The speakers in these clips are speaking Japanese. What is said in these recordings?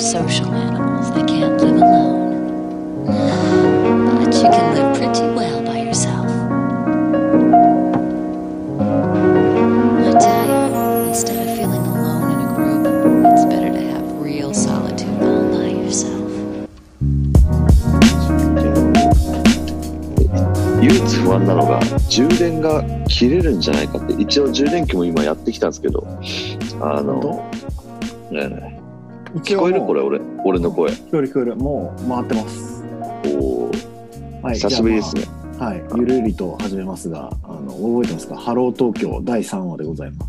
social animals. They can't live alone. But you can live pretty well by yourself. I tell you, instead of feeling alone in a group, it's better to have real solitude all by yourself. 唯一不安なのが充電が切れるんじゃないかって。一応充電器も今やってきたんですけど、聞こえる？これ俺の声。 聞こえる。もう回ってます。 おお、はい、久しぶりですね。 はい、ゆるゆりと始めますが、覚えてますか？ハロー東京第3話でございます。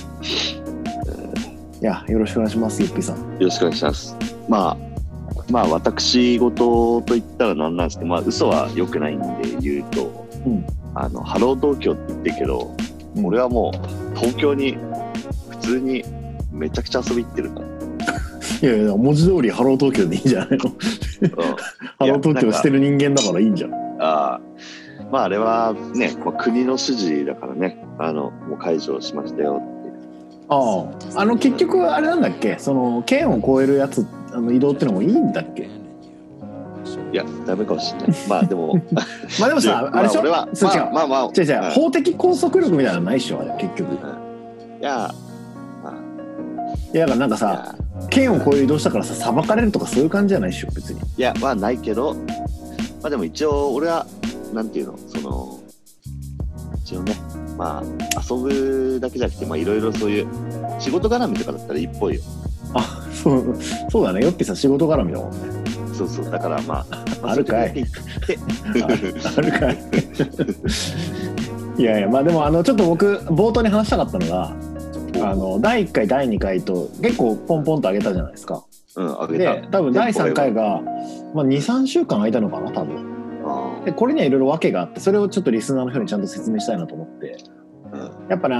いや、よろしくお願いします、ゆっぴーさん。 よろしくお願いします。まあ私事と言ったらなんなんですけど、嘘は良くないんで言うと、ハロー東京って言ってるけど、俺はもう東京に普通にめちゃくちゃ遊び行ってるから。 いや文字通りハロー東京でいいんじゃないの？ハロー東京してる人間だからいいんじゃん。 あれはね、国の指示だからね、もう解除しましたよっていう。 結局あれなんだっけ、その県を越えるやつ移動ってのもいいんだっけ？ いやダメかもしれない。でもでもさ、あれでしょ、違う、法的拘束力みたいなのないっしょ、あれ結局。 いやだからなんかさ、県を越える移動したからさ、裁かれるとかそういう感じじゃないっしょ別に。 いやないけど、でも一応俺はなんていうの、その一応ね、遊ぶだけじゃなくて、いろいろそういう仕事絡みとかだったらいいっぽいよ。 そうだね、よっぴさん仕事絡みだもんね。 そうだからあるかいあるかいいやでもちょっと僕冒頭に話したかったのが、第1回第2回と結構ポンポンと上げたじゃないですか。 上げた。 で多分第3回が、2,3 週間空いたのかな多分。でこれにはいろいろ訳があって、それをちょっとリスナーの人にちゃんと説明したいなと思って、やっぱり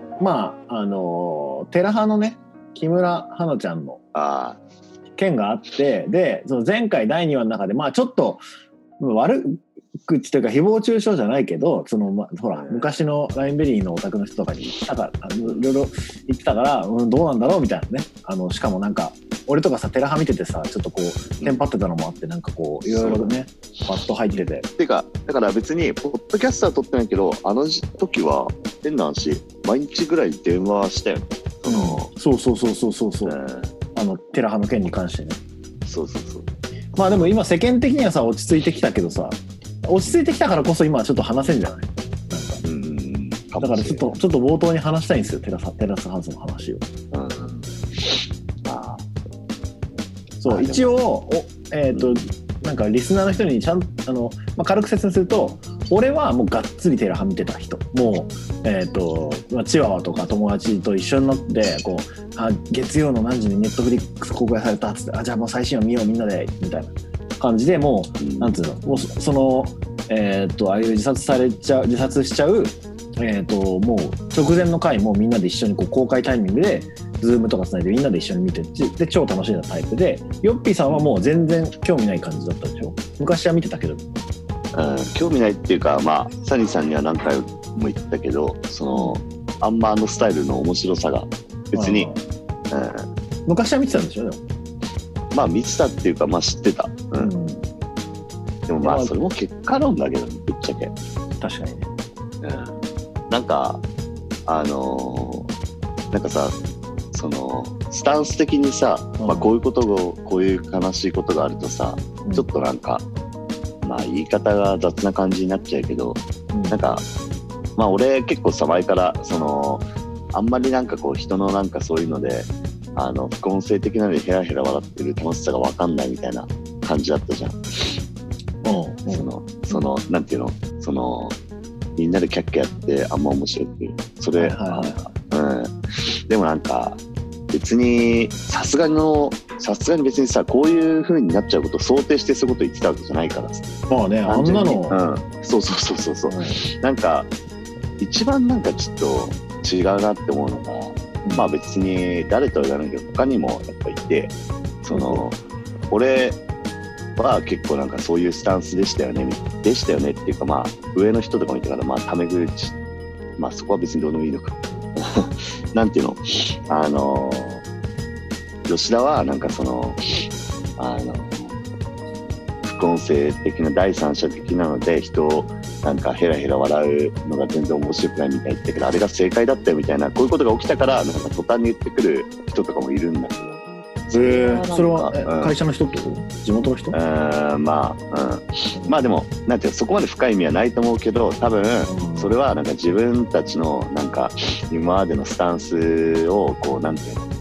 テラハのね、木村花ちゃんの件があって、でその前回第2話の中でちょっと悪口というか誹謗中傷じゃないけど、そのほら昔のラインベリーのお宅の人とかにいろいろ言ってたから、どうなんだろうみたいなね。しかもなんか俺とかさ、テラハ見ててさ、ちょっとこうテンパってたのもあって、なんかこういろいろねパッと入ってて、 てかだから別にポッドキャストは撮ってないけど、時は変な話毎日ぐらい電話したよね。 そう、テラハの件に関してね。 そうでも今世間的にはさ落ち着いてきたけどさ、落ち着いてきたからこそ今はちょっと話せんじゃない？だからちょっと冒頭に話したいんですよ、テラスハウスの話を。そう、一応なんかリスナーの人にちゃん軽く説明すると、俺はもうがっつりテラハ見てた人、もうチワワとか友達と一緒になってこう、月曜の何時にネットフリックス公開されたっつって、じゃあもう最新話見ようみんなでみたいな感じで、もうなんつうの、もうそのああいう自殺しちゃうもう直前の回もみんなで一緒にこう公開タイミングでズームとかつないでみんなで一緒に見て、で超楽しいなタイプで、ヨッピーさんはもう全然興味ない感じだったでしょ？昔は見てたけど。 興味ないっていうか、サニーさんには何回も言ったけど、あんまスタイルの面白さが別に、 昔は見てたんでしょ？でも見てたっていうか知ってた。でもそれも結果論だけど、ぶっちゃけ。 確かにね。 なんかなんかさ、そのスタンス的にさ、こういう悲しいことがあるとさ、ちょっとなんか言い方が雑な感じになっちゃうけど、なんか俺結構さ、前からあんまりなんかこう人のなんかそういうので副音声的なのでヘラヘラ笑ってる楽しさが分かんないみたいな感じだったじゃん。そのなんていうの、みんなでキャッキャやってあんま面白くそれ、でもなんか別にさすがに別にさ、こういう風になっちゃうことを想定してそういうこと言ってたわけじゃないからさ。 あんなの、 そう、なんか一番なんかちょっと違うなって思うのが、別に誰とは言わないけど他にもやっぱいて、俺は結構なんかそういうスタンスでしたよねっていうか、上の人とかもいたからタメ口、そこは別にどうでもいいのかなんていうの、 吉田はなんかその副音声的な第三者的なので人をなんかヘラヘラ笑うのが全然面白くないみたいに言ってけど、あれが正解だったよみたいな、こういうことが起きたからなんか途端に言ってくる人とかもいるんだけど。 それは会社の人ってこと？地元の人？ まあでもなんていうそこまで深い意味はないと思うけど、多分それはなんか自分たちのなんか今までのスタンスをこうなんていうの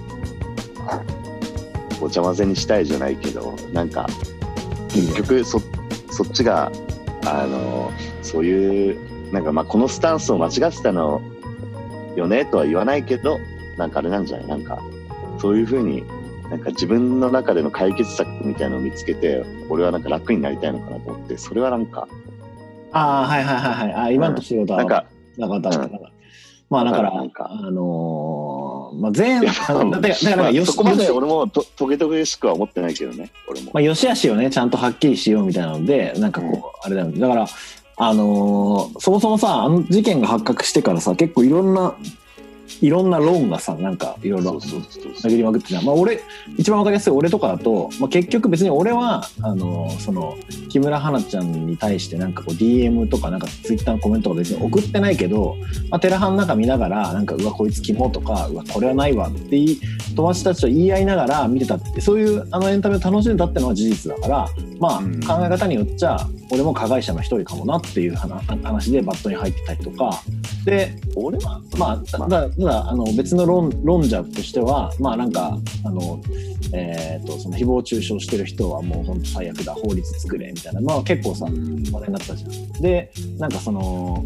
ごちゃ混ぜにしたいじゃないけど、なんか結局そっちがそういうなんかまあこのスタンスを間違ってたのよねとは言わないけど、なんかあれなんじゃない、なんかそういう風になんか自分の中での解決策みたいなのを見つけて、俺はなんか楽になりたいのかなと思って、それはなんかはいはいはいはい、今のと仕事はなんかまあだからまあ全だからそこまで俺もトゲトゲしくは思ってないけどね、俺も。 まあ良し悪しをねちゃんとはっきりしようみたいなので、なんかこうあれだよね。だからそもそもさ、あの事件が発覚してからさ、結構いろんな論がさ、なんかいろいろ投げりまくってた。まあ俺一番わかりやすい俺とかだと、まあ、結局別に俺はその木村花ちゃんに対してなんかこう DM とかなんかツイッターのコメントとか別に送ってないけど、まあ、テラハンなんか見ながらなんかうわこいつキモとかうわこれはないわって友達たちと言い合いながら見てたって、そういうエンタメを楽しんでたってのは事実だから、まあ考え方によっちゃ俺も加害者の一人かもなっていう話でバットに入ってたりとかで、俺はまあただ別の論者としてはまあなんかその誹謗中傷してる人はもう本当最悪だ、法律作れみたいな、まあ結構さ話題になったじゃん。でなんかその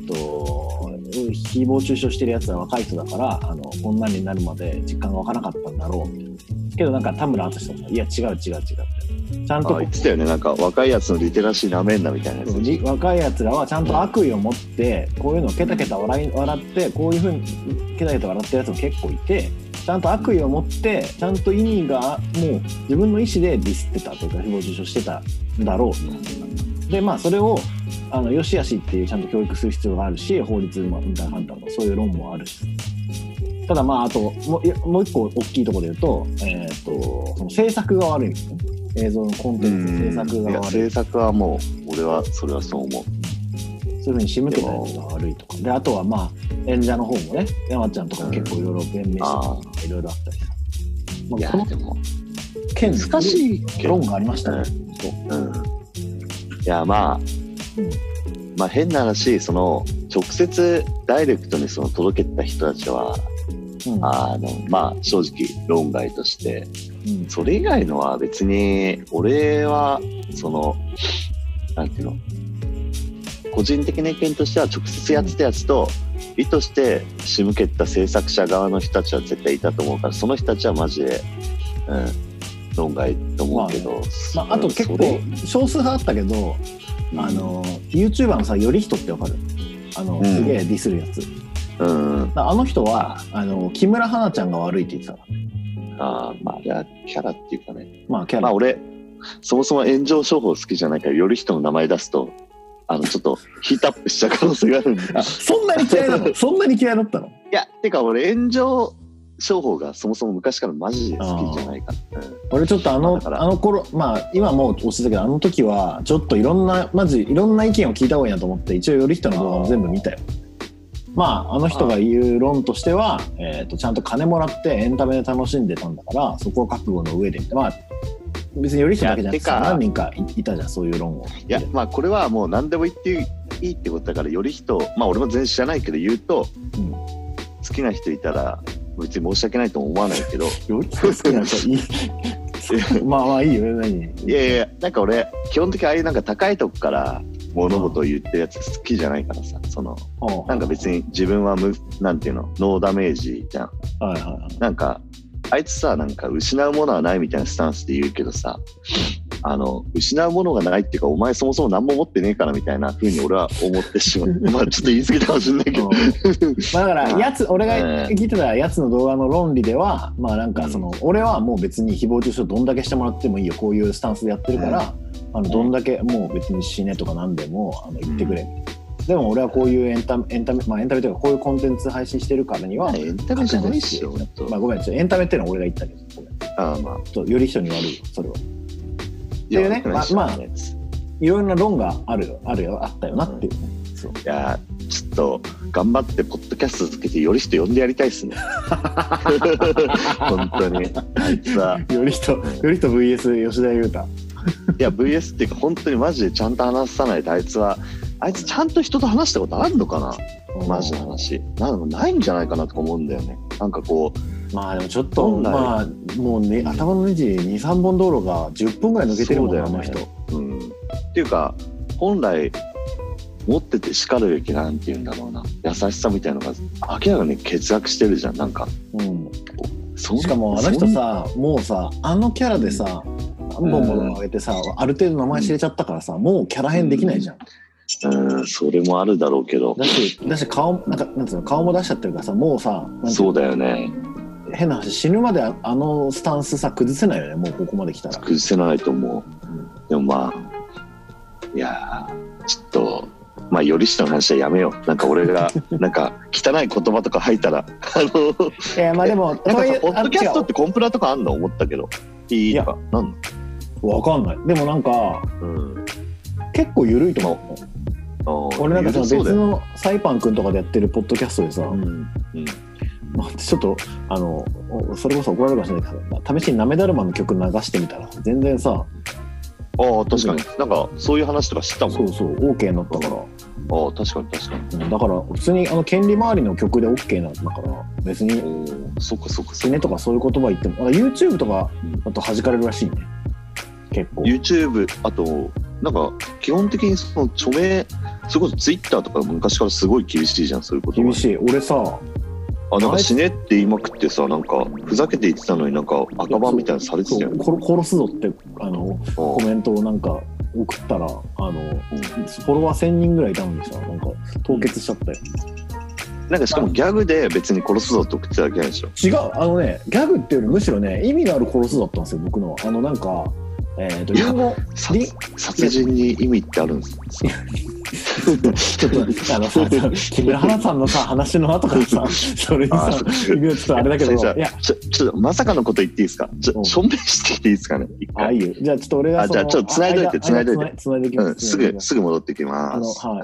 誹謗中傷してるやつは若い人だからこんなになるまで実感が湧かなかったんだろうみたいな。けどなんか田村淳さんがいや違うってちゃんと言ってたよね、なんか若いやつのリテラシーなめんなみたいなやつ。 若いやつらはちゃんと悪意を持ってこういうのをケタケタ笑ってこういうふうにケタケタ笑ってるやつも結構いて、ちゃんと悪意を持ってちゃんと意味がもう自分の意思でディスってたというか誹謗中傷してたんだろうと思ってでまあそれをよしあしっていうちゃんと教育する必要があるし、法律もみたいな判断もそういう論もあるし、ただまああともう一個大きいところで言うとその制作が悪いんですね。映像のコンテンツ制作が悪い。 制作はもう俺はそれはそう思う。 そういうふうに仕向けたやつが悪いとかで、あとはまあ演者の方もね、山ちゃんとかも結構いろいろ弁明してとかいろいろあったりさ、まあ、このでも件難しい論がありましたね。 いやまあ変な話、その直接ダイレクトにその届けた人たちは、まあ正直論外として、それ以外のは別に俺はそのなんていうの、個人的な意見としては直接やってたやつと意図して仕向けた制作者側の人たちは絶対いたと思うから、その人たちはマジで、論外と思うけど、 あと結構少数派あったけど、YouTuber のさより人ってわかる？すげえディスるやつ。あの人は木村花ちゃんが悪いって言ってたからね。 まああれはキャラっていうかね。 まあキャラ。 まあ俺そもそも炎上商法好きじゃないから、より人の名前出すとちょっとヒートアップしちゃう可能性があるんで。 そんなに嫌いだったそんなに嫌いだったの？いやてか俺炎上商法がそもそも昔からマジで好きじゃないかって。 俺ちょっとあの頃、まあ今もう落ちてたけど、あの時はちょっといろんな意見を聞いた方がいいなと思って一応より人の動画も全部見たよ。まああの人が言う論としては、ちゃんと金もらってエンタメで楽しんでたんだから、そこは覚悟の上で、まあ別により人だけじゃなくて何人かいたじゃん、そういう論を。 いやまあこれはもう何でも言っていいってことだから、より人、まあ俺も全然知らないけど言うと、好きな人いたら別に申し訳ないとも思わないけど、 より人好きな人いいまあいいよね。 いやなんか俺基本的にああいうなんか高いとこから物事を言ってるやつ好きじゃないからさ、なんか別に自分はなんていうの、ノーダメージじゃん。なんかあいつさ、なんか失うものはないみたいなスタンスで言うけどさ、失うものがないっていうか、お前そもそも何も持ってねえからみたいな風に俺は思ってしまう。まあちょっと言い過ぎたかもしれないけど。 まあだから俺が聞いてたやつの動画の論理では、まあなんか俺はもう別に誹謗中傷どんだけしてもらってもいいよ、こういうスタンスでやってるから、どんだけもう別に死ねとか何でも言ってくれ。 でも俺はこういうエンタメ、まあエンタメというかこういうコンテンツ配信してるからにはエンタメじゃないっしょ。 まあごめん、エンタメっていうのは俺が言ったけど、ごめん。 ああまあ。 より人に悪いよ、それは。っていうね、まあいろいろな論があったよなっていうね。そう。 いやちょっと頑張ってポッドキャスト続けてより人呼んでやりたいっすね。本当に。あいつはより人 VS 吉田裕太。 いや VS っていうか本当にマジでちゃんと話さないとあいつちゃんと人と話したことあるのかな。マジの話ないんじゃないかなとか思うんだよね。なんかこうまあでもちょっとまあもうね頭のネジ 2,3 本道路が10分ぐらい抜けてるもんね、あの人。 っていうか本来持ってて叱るべきなんていうんだろうな優しさみたいなのが明らかに欠落してるじゃんなんか。 しかもあの人さもうさあのキャラでさ何本も上げてさある程度名前知れちゃったからさもうキャラ変できないじゃん。 それもあるだろうけどだし顔なんつうの顔も出しちゃってるからさもうさそうだよね。 変な話死ぬまであのスタンスさ崩せないよねもうここまで来たら。 崩せないと思う。でもまあいやちょっとまあより下の話はやめよう。なんか俺がなんか汚い言葉とか吐いたらいやまあでもなんかさポッドキャストってコンプラとかあんの思ったけどいいかなんわかんない。でもなんか、結構緩いと思う。俺なんかその別のサイパン君とかでやってるポッドキャストでさ、まあ、ちょっとそれこそ怒られるかもしれないけど試しになめだるまの曲流してみたら全然さ確かになんかそういう話とか知ったもん。 そう OK になったから。 確かに、 だから普通に権利周りの曲で OK なんだから別にそっか死ねとかそういう言葉言ってもYouTube とかだと弾かれるらしいね結構。 YouTube あとなんか基本的にその著名それこそ Twitter とか昔からすごい厳しいじゃんそういうこと厳しい。俺さなんか死ねって言いまくってさなんかふざけて言ってたのになんか赤番みたいなのされてたよね。 殺すぞってコメントをなんか送ったらフォロワー1000人ぐらいいたのにさなんか凍結しちゃったよ。 なんかしかもギャグで別に殺すぞって送ってただけなんでしょ。 違うギャグっていうよりむしろね意味のある殺すぞだったんですよ僕のなんかリンゴ殺人に意味ってあるんですちょっと木村花さんのさ話の後からさそれにさちょっとあれだけどちょっとまさかのこと言っていいですか。証明してきていいですかね。 いいよ。じゃあちょっと俺がじゃあちょっと繋いどいて繋いできます。 すぐ戻ってきます。はい。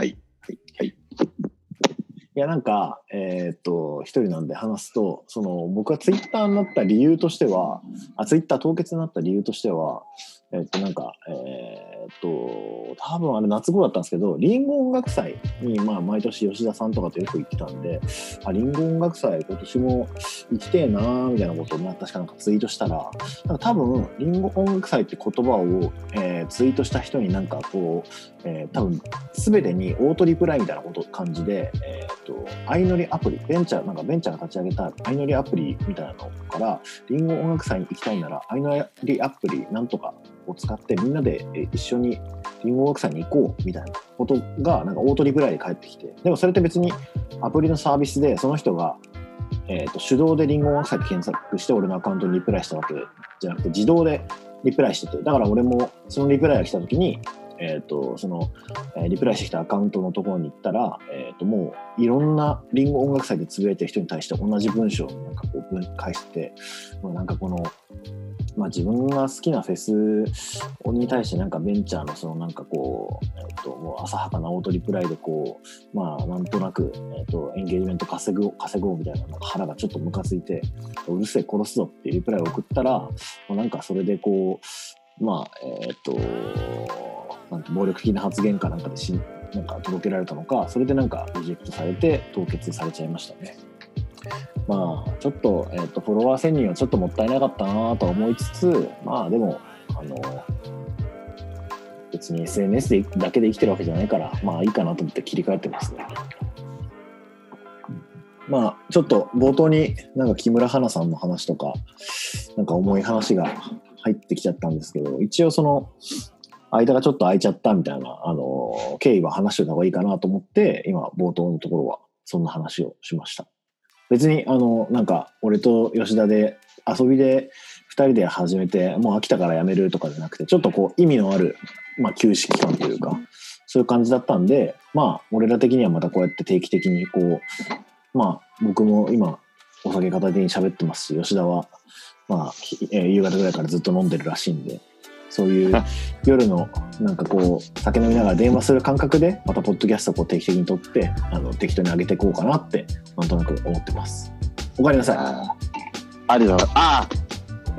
いやなんか一人なんで話すと僕がツイッターになった理由としてはツイッター凍結になった理由としてはなんか多分あれ夏頃だったんですけどリンゴ音楽祭にまあ毎年吉田さんとかとよく行ってたんでリンゴ音楽祭今年も行きてえなーみたいなことを確かなんかツイートしたらなんか多分リンゴ音楽祭って言葉を、ツイートした人になんかこう、多分全てにオートリプライみたいな感じで相乗りアプリベンチャーが立ち上げた相乗りアプリみたいなのからリンゴ音楽祭に行きたいなら相乗りアプリなんとかを使ってみんなで一緒にリンゴ音楽祭に行こうみたいなことがなんかオートリプライで返ってきてでもそれって別にアプリのサービスでその人が、手動でリンゴ音楽祭って検索して俺のアカウントにリプライしたわけじゃなくて自動でリプライしててだから俺もそのリプライが来た時にそのリプライしてきたアカウントのところに行ったら、もういろんなリンゴ音楽祭でつぶやいてる人に対して同じ文章をなんかこう返してもうなんかこの、まあ、自分が好きなフェスに対してなんかベンチャーのそのなんかこう、もう浅はかなオートリプライでこうまあなんとなく、エンゲージメント稼ごうみたいな、 なんか腹がちょっとムカついてうるせえ殺すぞっていうリプライを送ったらもうなんかそれでこうまあなんか暴力的な発言かなんかでなんか届けられたのかそれでなんかリジェクトされて凍結されちゃいましたね。まあちょっと、フォロワー1000人はちょっともったいなかったなと思いつつまあでも別に SNS だけで生きてるわけじゃないからまあいいかなと思って切り替えてますね。まあちょっと冒頭になんか木村花さんの話とかなんか重い話が入ってきちゃったんですけど一応その間がちょっと空いちゃったみたいな経緯は話しておいた方がいいかなと思って今冒頭のところはそんな話をしました。別になんか俺と吉田で遊びで2人で始めてもう飽きたからやめるとかじゃなくてちょっとこう意味のある、まあ、休止期間というかそういう感じだったんでまあ俺ら的にはまたこうやって定期的にこう、まあ僕も今お酒片手に喋ってますし、吉田はまあ、夕方ぐらいからずっと飲んでるらしいんで、そういう夜のなんかこう酒飲みながら電話する感覚でまたポッドキャストをこう定期的に撮って適当に上げていこうかなってなんとなく思ってます。おかえりなさい。 ありがとうございます。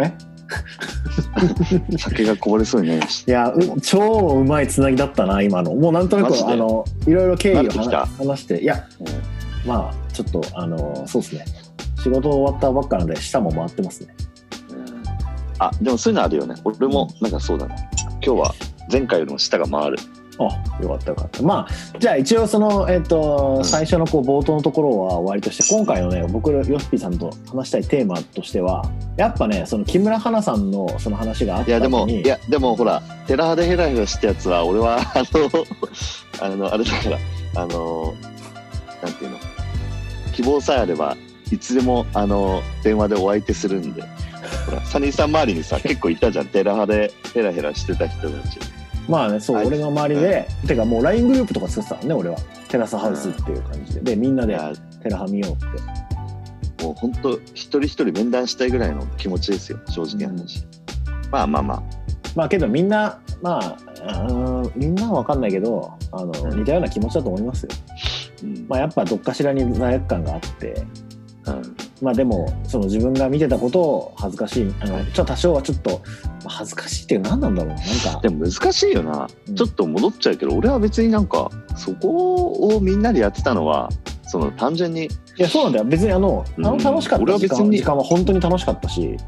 え酒がこぼれそうになりました。 いや、超うまいつなぎだったな今の。もうなんとなくいろいろ経緯を話して、いや、まあちょっとそうですね。仕事終わったばっかなんで舌も回ってますね。 あ、でもそういうのあるよね。俺もなんかそうだな。今日は前回よりも舌が回る。 あ、よかったよかった。まあじゃあ一応その最初のこう冒頭のところは終わりとして、今回のね僕ヨッピーさんと話したいテーマとしてはやっぱね、その木村花さんのその話があった時に、 いやでもほらテラハでヘラヘラしたやつは俺はあれだからなんていうの、希望さえあればいつでも電話でお相手するんで。ほらサニーさん周りにさ結構いたじゃん、テラハでヘラヘラしてた人たち。まあね、そう、俺の周りで、てかもう LINE グループとか作ってたのね、俺は。テラスハウスっていう感じで。で、みんなでテラハ見ようって。もうほんと一人一人面談したいぐらいの気持ちですよ、正直な話。まあ。まあけどみんな、みんなは分かんないけど、似たような気持ちだと思いますよ。まあやっぱどっかしらに罪悪感があって、まあでもその自分が見てたことを恥ずかしい、多少はちょっと恥ずかしいっていう何なんだろうな、なんかでも難しいよな、ちょっと戻っちゃうけど、俺は別になんかそこをみんなでやってたのはその単純に、いやそうなんだよ、別に楽しかった時間は本当に楽しかったし、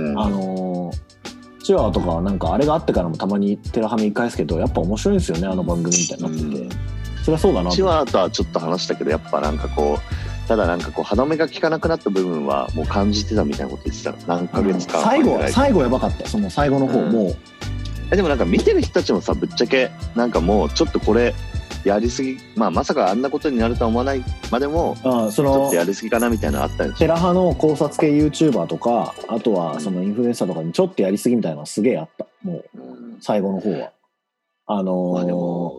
チワワとかはなんかあれがあってからもたまにテラハ見返すけど、やっぱ面白いんですよね、あの番組みたいになってて、それはそうだな。チワワとはちょっと話したけど、やっぱなんかこうただなんかこう歯止めが効かなくなった部分はもう感じてたみたいなこと言ってたの、何ヶ月か、最後やばかった、その最後の方、もうでもなんか見てる人たちもさ、ぶっちゃけなんかもうちょっとこれやりすぎ、まさかあんなことになるとは思わないまでもちょっとやりすぎかなみたいなのあったんですよ。テラハの考察系 YouTuber とか、あとはそのインフルエンサーとかにちょっとやりすぎみたいなのすげえあった、もう最後の方は。でも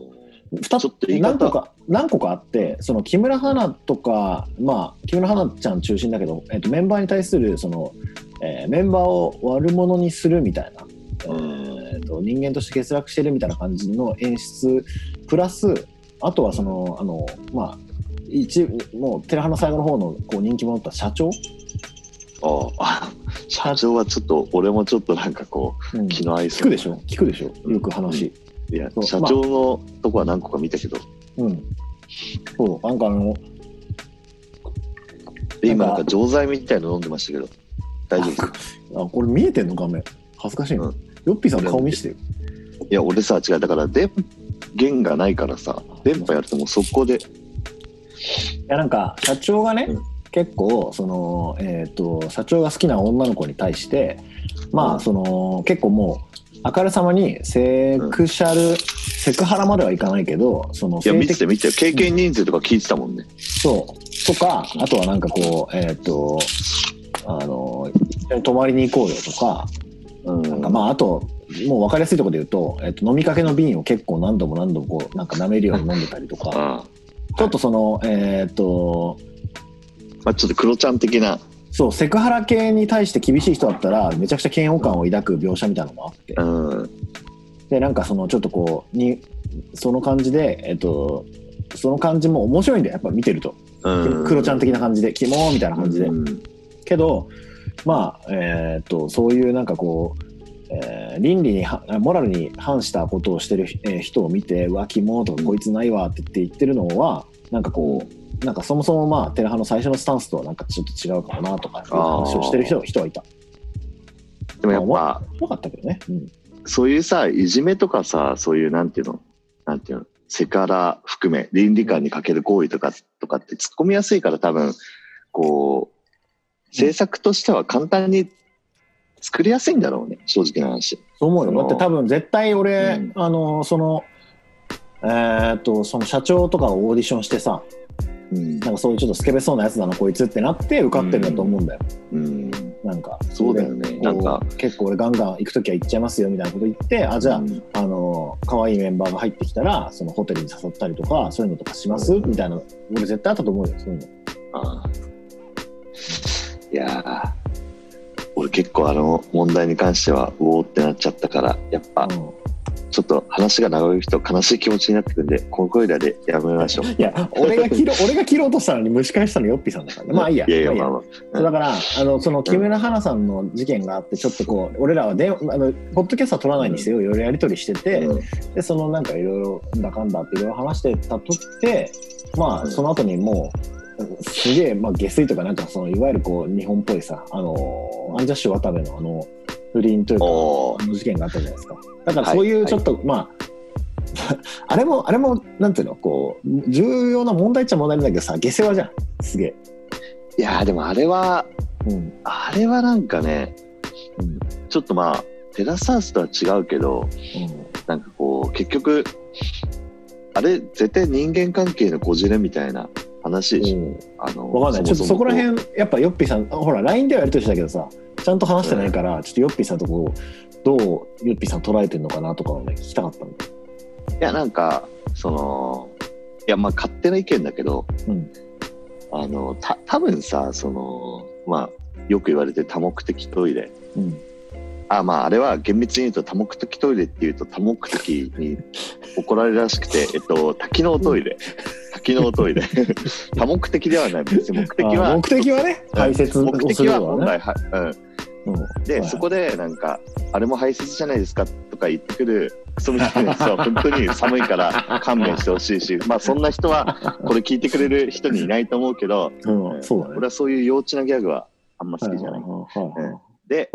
何個かあって、その木村花とか、木村花ちゃん中心だけど、メンバーに対するその、メンバーを悪者にするみたいな、人間として欠落してるみたいな感じの演出プラス、あとはそのもうテラハの最後の方のこう人気者だった社長。社長はちょっと俺もちょっとなんかこう、気の合いそう。聞くでしょよく話。いや社長のとこは何個か見たけど、そうなんか今なんか錠剤みたいなの飲んでましたけど大丈夫ですか？これ見えてんの画面、恥ずかしいな。ヨッピーさんの顔見してよ。いや俺さ、違う、だから電源がないからさ、電波やるともう速攻で。いやなんか社長がね、結構その社長が好きな女の子に対してその結構もうあからさまにセクハラまではいかないけど、そのいや見て経験人数とか聞いてたもんね。そうとか、あとはなんかこう一緒に泊まりに行こうよとか、なんかあともう分かりやすいところで言うと、飲みかけの瓶を結構何度もこうなんか舐めるように飲んでたりとか、ちょっとそのちょっとクロちゃん的な。そう、セクハラ系に対して厳しい人だったらめちゃくちゃ嫌悪感を抱く描写みたいなのもあって、でなんかそのちょっとこうその感じでその感じも面白いんだよ、やっぱ見てると、クロちゃん的な感じでキモーみたいな感じで、けどそういうなんかこう、倫理にモラルに反したことをしてる、人を見て、うわキモーとかこいつないわって言ってるのはなんかこうなんかそもそもテラハの最初のスタンスとはなんかちょっと違うかもなとかいう話をしてる人はいた。でもやっぱ多かったけどね、そういうさいじめとかさ、そういうなんていうのセクハラ含め倫理観に欠ける行為とかって突っ込みやすいから、多分こう制作としては簡単に作りやすいんだろうね、正直な話。そう思うよ。だって多分絶対俺、その社長とかをオーディションしてさ、なんかそういうちょっとスケベそうなやつだなこいつってなって受かってるんだと思うんだよ。 なんかそうだよね。なんか結構俺ガンガン行くときは行っちゃいますよみたいなこと言って、じゃあ、可愛いメンバーが入ってきたらそのホテルに誘ったりとかそういうのとかします、みたいな。俺絶対あったと思うよ、そういうの。 いや俺結構問題に関してはうおーってなっちゃったから、やっぱ、ちょっと話が長い人悲しい気持ちになってくるんで、ここいらでやめましょう。 いや、俺が切ろうとしたのに蒸し返したのヨッピーさんだからね。まあいいや。だからその木村花さんの事件があって、ちょっとこう俺らはポッドキャストは取らないにせよいろいろやり取りしてて、でそのなんかいろいろだかんだっていろいろ話してたとって、まあその後にもうすげえ下水とかなんかそのいわゆるこう日本っぽいさ、アンジャッシュ渡部の不倫というか事件があったじゃないですか。だからそういうちょっと、あれもなんていうの、こう重要な問題っちゃ問題なんだけどさ、下世話じゃん、すげえ。 いやでもあれはなんかね、ちょっとテラスハウスとは違うけど、なんかこう結局あれ絶対人間関係のこじれみたいな話でしょ。 わかんない。ちょっとそこら辺やっぱヨッピーさん、ほら LINE ではやりとりしたけどさ、ちゃんと話してないから、ちょっとヨッピーさんとこうどうヨッピーさん捉えてんのかなとかをね聞きたかったんだ。 いやなんかいや勝手な意見だけど、多分さよく言われてる多目的トイレ、あれは厳密に言うと多目的トイレっていうと多目的に怒られるらしくて多機能トイレ多目的ではない。別に目的はね排泄をするのはね。 でそこでなんかあれも排泄じゃないですかとか言ってくるクソみたいな人は本当に寒いから勘弁してほしいし、そんな人はこれ聞いてくれる人にいないと思うけど、 そうだね、 俺はそういう幼稚なギャグはあんま好きじゃない。で、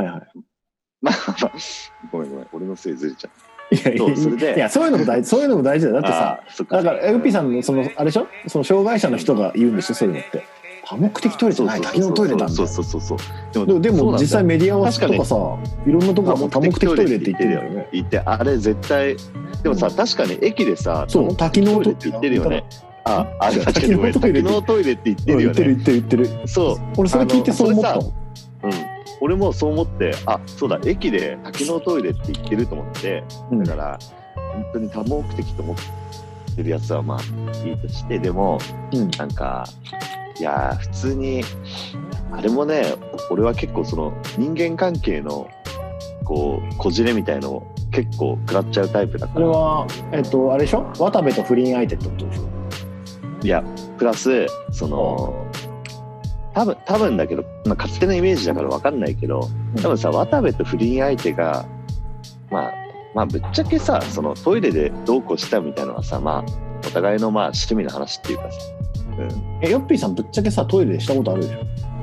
ごめん俺のせいずれちゃう。 そういうのも大事だよ。だってさ、だからエルピーさんのそのあれでしょ、その障害者の人が言うんでしょ、そういうのって。多目的トイレじゃない多機能トイレなんだ。でも実際メディアはとかさ、いろんなところが多目的トイレって言ってるよね。 言ってあれ絶対でもさ、確かに駅でさ多機能トイレって言ってるよね。 多機能トイレって言ってるよね。 言ってる。そう。俺それ聞いてそう思った。 俺もそう思って、そうだ、駅で多機能トイレって言ってると思って、だから本当に多目的と思ってるやつはいいとして、でも、なんかいや普通にあれもね、俺は結構その人間関係のこじれみたいのを結構食らっちゃうタイプだから。 それはあれでしょ、渡部と不倫相手ってことでしょ。 いやプラス多分だけど、勝手なイメージだから分かんないけど、多分さ渡部と不倫相手がぶっちゃけさ、そのトイレでどうこうしたみたいなのはさ、お互いの趣味の話っていうかさ、 ヨッピーさんぶっちゃけさトイレでしたことあるでしょ。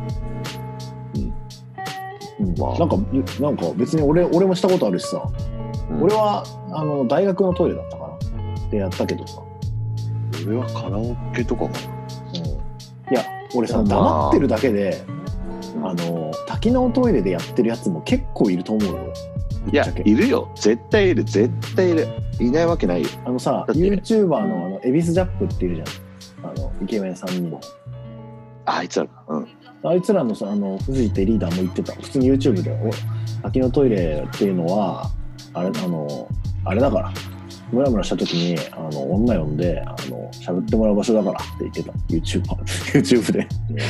なんか別に俺もしたことあるしさ、俺は大学のトイレだったかなでやったけどさ。 俺はカラオケとかかな。 いや俺さ、黙ってるだけで多機能トイレでやってるやつも結構いると思うよ。 いやいるよ、絶対いる、いないわけないよ。 YouTuber のエビスジャップっているじゃん、イケメン3人の。 あいつらあいつらのさ、藤井ってリーダーも言ってた。普通に YouTube で多機能トイレっていうのはあれだから、ムラムラした時に女呼んで喋ってもらう場所だからって言ってた。YouTube で。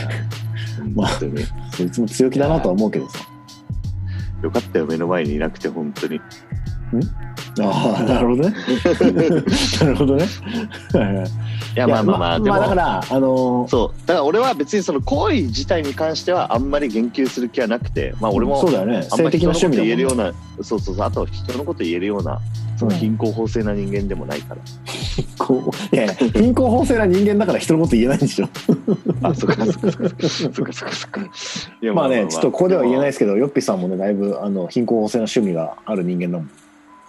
そいつも強気だなとは思うけどさ。 よかったよ、目の前にいなくて本当に。 なるほどね。なるほどね。 いやでもだからそうだから俺は別にその行為自体に関してはあんまり言及する気はなくて、俺もそうだよね、 あんまり人のこと言えるような、あと人のこと言えるようなその貧困法制な人間でもないから。 いや貧困法制な人間だから人のこと言えないんでしょ。 そっか。 ちょっとここでは言えないですけど、ヨッピーさんもねだいぶ貧困法制な趣味がある人間だもん。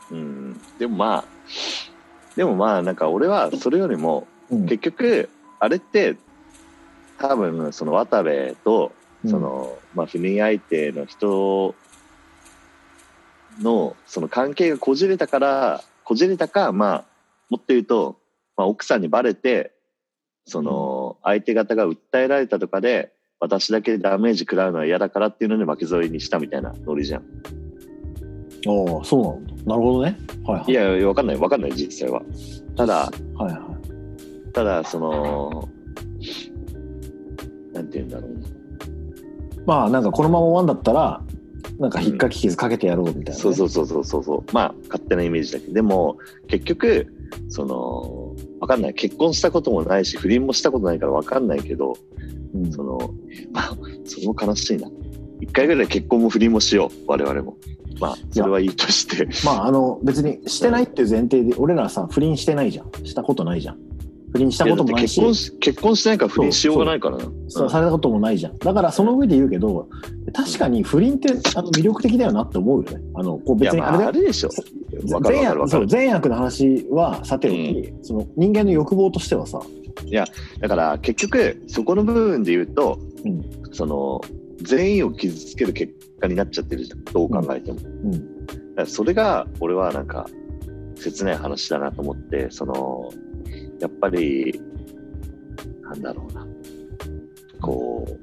でもなんか俺はそれよりも、結局あれって多分その渡部とその、不倫相手の人のその関係がこじれたか、もっと言うと、奥さんにバレてその相手方が訴えられたとかで私だけダメージ食らうのは嫌だからっていうので負け添いにしたみたいなノリじゃん。 ああ、そうなんだ。なるほどね。はいはい。 いや、わかんない実際は。ただ、 はいはい。 ただそのなんて言うんだろうな。 まあなんかこのまま終わんだったらなんか引っかき傷かけてやろうみたいな、ね、 そうまあ勝手なイメージだけど、でも結局そのわかんない、結婚したこともないし不倫もしたことないからわかんないけど、そのまあそれも悲しいな。一回ぐらい結婚も不倫もしよう我々も。まあそれはいいとして、 まあ別にしてないっていう前提で、俺らさ不倫してないじゃん、したことないじゃん、不倫したこともないし、 結婚してないから不倫しようがないからな。 そうされたこともないじゃん。だからその上で言うけど、確かに不倫って魅力的だよなって思うよね。こう別にあれだよ、 あれでしょ。 善悪の話はさておき、その人間の欲望としてはさ、 いやだから結局そこの部分で言うと、その全員を傷つける結果になっちゃってるじゃん、どう考えても。だからそれが俺はなんか切ない話だなと思って、そのやっぱりなんだろうな、こう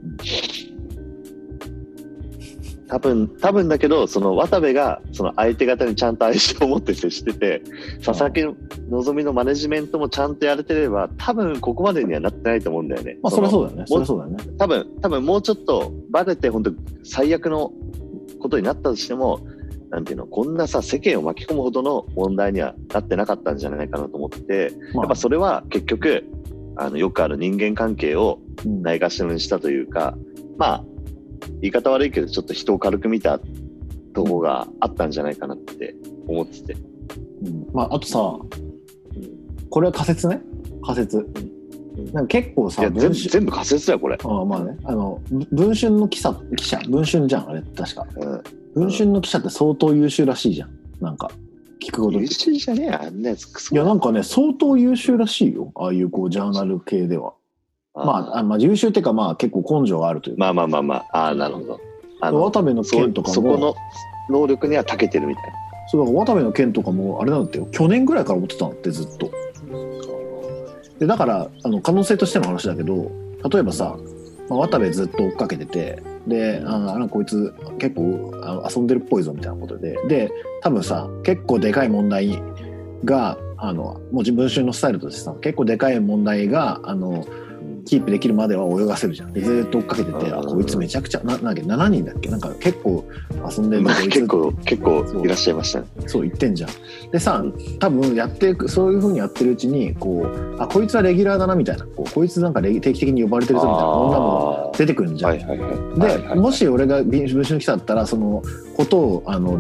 多分だけど、その渡部がその相手方にちゃんと愛情を持って接してて、佐々木希のマネジメントもちゃんとやれてれば、多分ここまでにはなってないと思うんだよね。 まあそりゃそうだよね。そりゃそうだよね。 多分もうちょっとバレて本当最悪のことになったとしても、なんていうの、こんなさ世間を巻き込むほどの問題にはなってなかったんじゃないかなと思って、やっぱそれは結局よくある人間関係をないがしろにしたというか、まあ言い方悪いけどちょっと人を軽く見たとこがあったんじゃないかなって思ってて、 まああとさ、これは仮説ね、仮説、なんか結構さ、 全部仮説だよこれ。 まあね、文春の記者文春じゃんあれ確か、文春の記者って相当優秀らしいじゃん。なんか聞くこと優秀じゃねえあんなやつクソ。 いやなんかね相当優秀らしいよ、ああいうこうジャーナル系では。まあ優秀っていうか、まあ結構根性があるというか。 まあなるほど。 渡部の件とかもそこの能力には長けてるみたいな。 そうだから渡部の件とかもあれなんだってよ、去年ぐらいから思ってたんだってずっと。でだから可能性としての話だけど、例えばさ、渡部ずっと追っかけてて、でこいつ結構遊んでるっぽいぞみたいなことで多分さ結構でかい問題がもう文春のスタイルとしてさ、結構でかい問題がキープできるまでは泳がせるじゃん。でずっと追っかけてて、こいつめちゃくちゃ7人だっけ、なんか結構遊んでるんだけど、結構いらっしゃいましたね。 そう言ってんじゃん。でさ、多分やっていく、そういう風にやってるうちにこいつはレギュラーだなみたいな、こいつなんか定期的に呼ばれてるぞみたいな女も出てくるんじゃん。でもし俺が文春の記者だったら、そのことを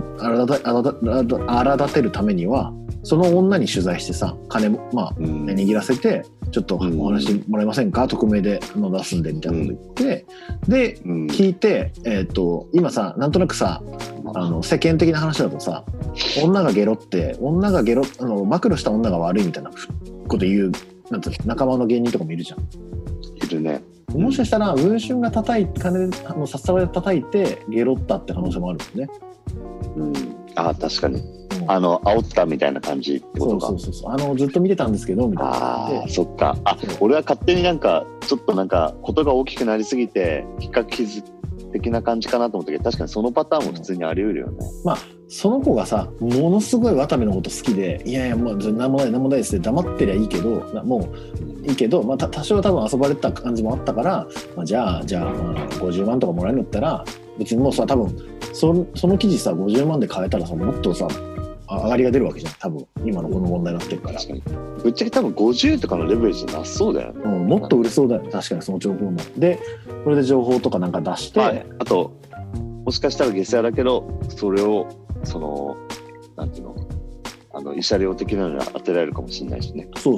荒立てるためにはその女に取材してさ、金も握らせて、ちょっとお話もらえませんか、匿名で出すんでみたいなこと言って、で聞いて、今さなんとなくさ世間的な話だとさ、女が暴露した女が悪いみたいなこと言うなんて仲間の芸人とかもいるじゃん。 いるね。 もしかしたら文春が金で札束で叩いてゲロったって可能性もあるもんね。 確かに。煽ったみたいな感じってことか。 そうずっと見てたんですけどみたいな。 そっか。俺は勝手になんかちょっとなんかことが大きくなりすぎて引っかき傷的な感じかなと思ったけど、確かにそのパターンも普通にあり得るよね。 その子がさものすごい渡部のこと好きで、いやもう何もないですって黙ってりゃいいけど、もういいけど、多少多分遊ばれてた感じもあったから、じゃあ50万とかもらえるんだったら、別にもうさ多分その記事さ50万で買えたらさ、もっとさ上がりが出るわけじゃん、多分今のこの問題になってるから。確かにぶっちゃけ多分50とかのレベルじゃなそうだよね。 もっと売れそうだよね、確かにその情報も。でそれで情報とかなんか出して、 あともしかしたら下世話だけど、それをなんていうの、慰謝料的なのに当てられるかもしれないしね。そう、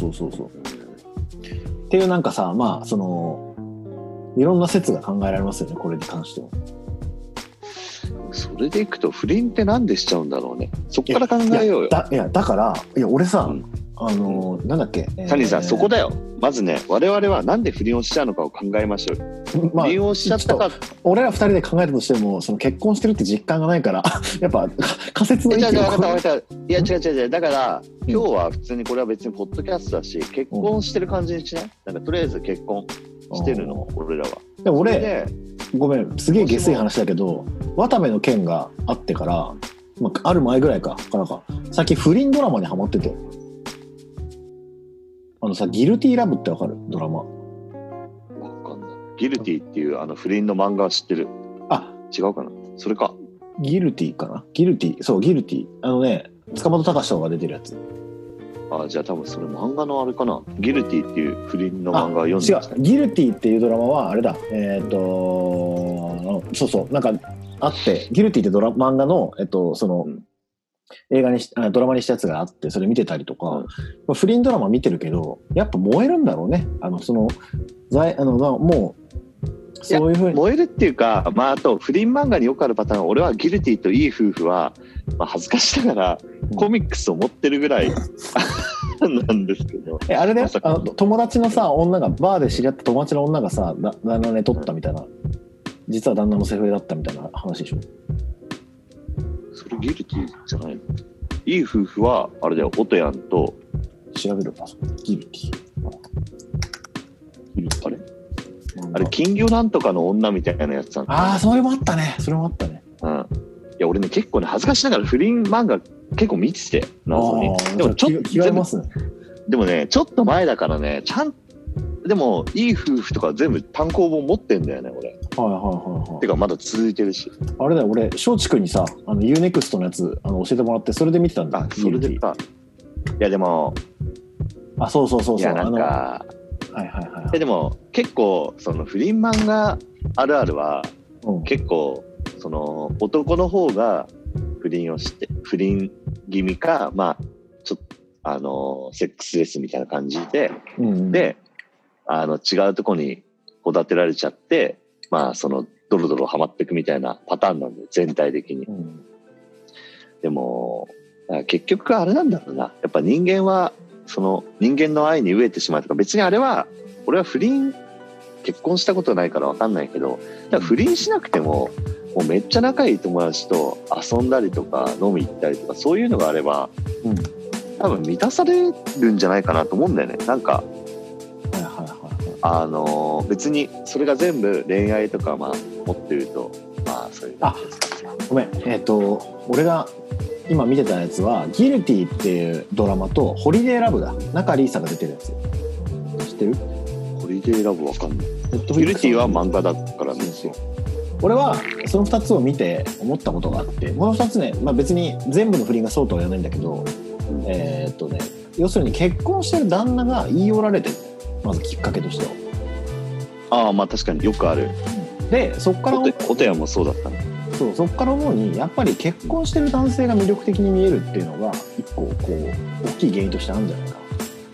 っていうなんかさ、 いろんな説が考えられますよね、これに関しては。 それでいくと不倫ってなんでしちゃうんだろうね。そっから考えようよ。 だから俺さ、なんだっけ、 サニーさん、そこだよ。まずね、我々はなんで不倫をしちゃうのかを考えましょうよ。不倫をしちゃったか、 俺ら二人で考えたとしても、その結婚してるって実感がないからやっぱ仮説の意見を。 いや違う、だから今日は普通にこれは別にポッドキャストだし、結婚してる感じにしない？なんかとりあえず結婚してるの、俺らは。 でも俺それでごめんすげえ下水話だけど渡部の件があってから、まあ、ある前ぐらいか最近不倫ドラマにハマってて、さギルティーラブってわかるドラマ？ わかんない。ギルティっていう不倫の漫画は知ってる。 あ、 違うかな、それか。 ギルティかな、ギルティ、そうギルティ、塚本隆とかが出てるやつ。 あ、じゃあ多分それ漫画のあれかな。ギルティっていう不倫の漫画を読んでました。 違う、ギルティっていうドラマはあれだ、そうそうなんかあってギルティって漫画のその、映画にドラマにしたやつがあってそれ見てたりとか、不倫ドラマ見てるけどやっぱ燃えるんだろうね。もうそういう風に燃えるっていうか、まあ、あと不倫漫画によくあるパターン、俺はギルティといい夫婦は、まあ、恥ずかしながらコミックスを持ってるぐらいなんですけど。 あれだよ、友達のさ女がバーで知り合った友達の女がさ旦那寝取ったみたいな、実は旦那のセフレだったみたいな話でしょ。 それギルティじゃないの？いい夫婦はあれだよ、オトヤンと調べるか。ギルティあれ金魚なんとかの女みたいなやつなんだ、ね、 ああそれもあったね。 うん。いや俺ね結構ね恥ずかしながら不倫漫画結構見てて謎に。でもちょっと違いますね。 でもねちょっと前だからねでもいい夫婦とか全部単行本持ってんだよね俺。てかまだ続いてるし。あれだよ俺松竹にさUNEXT のやつ教えてもらってそれで見てたんだ。 それでか。いやでもそういやなんかでも結構その不倫漫画あるあるは、結構その男の方が不倫気味か、まあちょっとセックスレスみたいな感じで、で違うとこに隔てられちゃって、まあそのドロドロハマっていくみたいなパターンなんで全体的に。でも結局あれなんだろうな、やっぱ人間はその人間の愛に飢えてしまうとか、別にあれは俺は結婚したことないから分かんないけど、だから不倫しなくてももうめっちゃ仲いい友達と遊んだりとか飲み行ったりとかそういうのがあれば、多分満たされるんじゃないかなと思うんだよね。なんか別にそれが全部恋愛とかまあ持ってるとまあそういう。 ごめん俺が今見てたやつはギルティっていうドラマとホリデーラブだ。中里依紗が出てるやつ知ってる？ ホリデーラブわかんない。ギルティは漫画だからね。 俺はその2つを見て思ったことがあって、もう2つね、まあ、別に全部の不倫がそうとは言わないんだけど、要するに結婚してる旦那が言い寄られてる、まずきっかけとしては。 まあ確かによくある。 でそっからオトヤもそうだったね。 そっから思うにやっぱり結婚してる男性が魅力的に見えるっていうのが一個こう大きい原因としてあるんじゃないか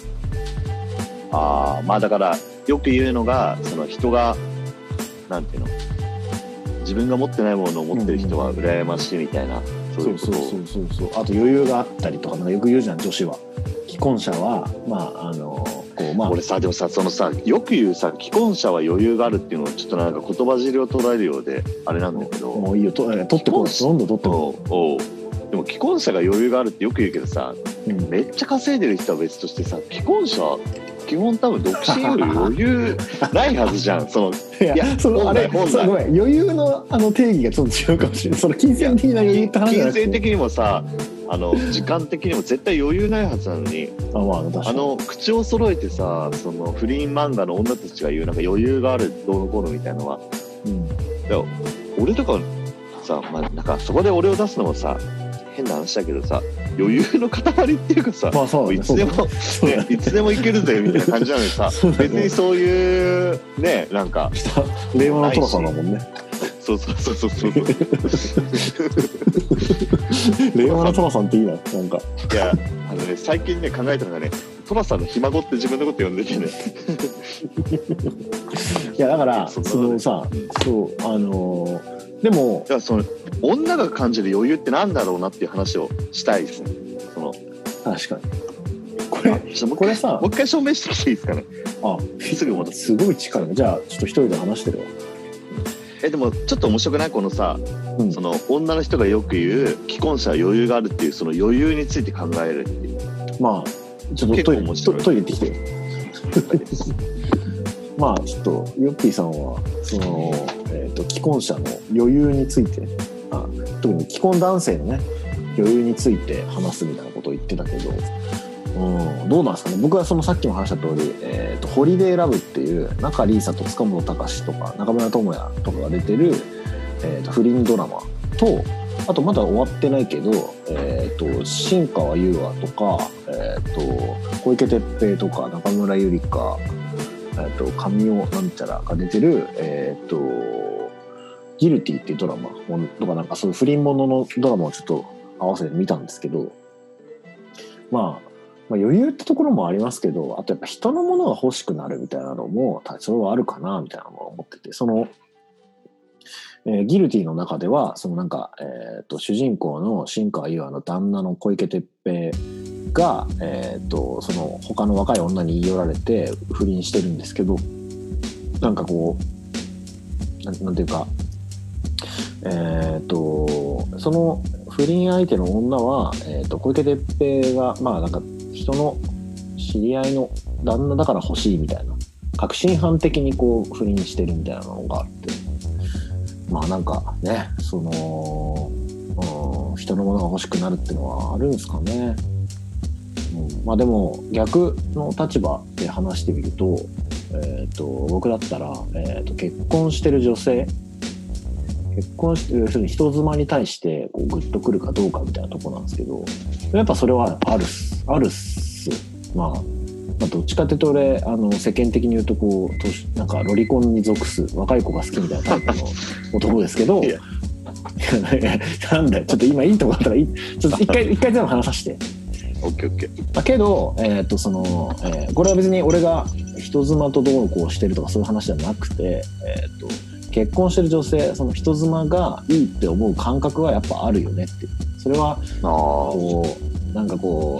な。 まあだからよく言うのがその人がなんていうの、自分が持ってないものを持ってる人は羨ましいみたいな、そういうことを。 あと余裕があったりとかなんかよく言うじゃん女子は。既婚者は俺さでもさそのさよく言うさ既婚者は余裕があるっていうのをちょっとなんか言葉尻を捉えるようであれなんだけど、 もういいよ取ってこう、どんどん取ってこう。でも既婚者が余裕があるってよく言うけどさ、めっちゃ稼いでる人は別としてさ、既婚者基本多分独身より余裕ないはずじゃん。 いやそのあれごめん余裕の定義がちょっと違うかもしれない。その金銭的な余裕って話じゃなくて、 金銭的にもさ時間的にも絶対余裕ないはずなのに口を揃えてさその不倫漫画の女たちが言うなんか余裕があるどうのこうのみたいなのは、いや俺とかさ、まあ、なんかそこで俺を出すのもさ変な話だけどさ余裕の塊っていうかさ、いつでもいけるぜみたいな感じなのにさ別にそういうねなんか令和のトラさんだもんね。 そう令和のトラさんっていいな、なんかいや最近ね考えたのがね、トラさんのひ孫って自分のこと呼んでてねいやだからそのさでもその女が感じる余裕ってなんだろうなっていう話をしたいですね。 確かにこれさもう一回証明してきていいですかね。すぐ戻すごい力ね。じゃあちょっと一人で話してるわ。 でもちょっと面白くないこのさ、その女の人がよく言う既婚者は余裕があるっていうその余裕について考えるっていう。 まあちょっとトイレ行ってきてよまあちょっとヨッピーさんはその、既婚者の余裕について、特に既婚男性のね余裕について話すみたいなことを言ってたけど、どうなんですかね。僕はそのさっきも話した通り、ホリデーラブっていう中里依紗と塚本高とか中村倫也とかが出てる、不倫ドラマと、あとまだ終わってないけど、新川優愛とか、小池徹平とか中村ゆりか、神尾なんちゃらが出てる、ギルティっていうドラマとか、なんかそういう不倫もののドラマをちょっと合わせて見たんですけど、まあ余裕ってところもありますけど、あとやっぱ人のものが欲しくなるみたいなのも多少あるかなみたいなのを思ってて、その、ギルティの中ではそのなんか、主人公の新川優愛の旦那の小池徹平が、その他の若い女に言い寄られて不倫してるんですけど、なんかこうなんていうか、その不倫相手の女は、小池徹平がまあなんか人の知り合いの旦那だから欲しいみたいな、確信犯的にこう不倫してるみたいなのがあって、まあなんかね、その、人のものが欲しくなるっていうのはあるんですかね。まあでも逆の立場で話してみると、僕だったら、結婚してる女性、結婚してる要するに人妻に対してこうグッとくるかどうかみたいなとこなんですけど、やっぱそれはあるっす。まあどっちかっていうと俺世間的に言うとこうなんかロリコンに属す若い子が好きみたいなタイプの男ですけどなんだよ、ちょっと今いいとこだったらちょっと一回全部話させて。 オッケー。 だけど、その、これは別に俺が人妻とどうこうしてるとかそういう話じゃなくて、結婚してる女性、その人妻がいいって思う感覚はやっぱあるよねっていう。それはこうなんかこ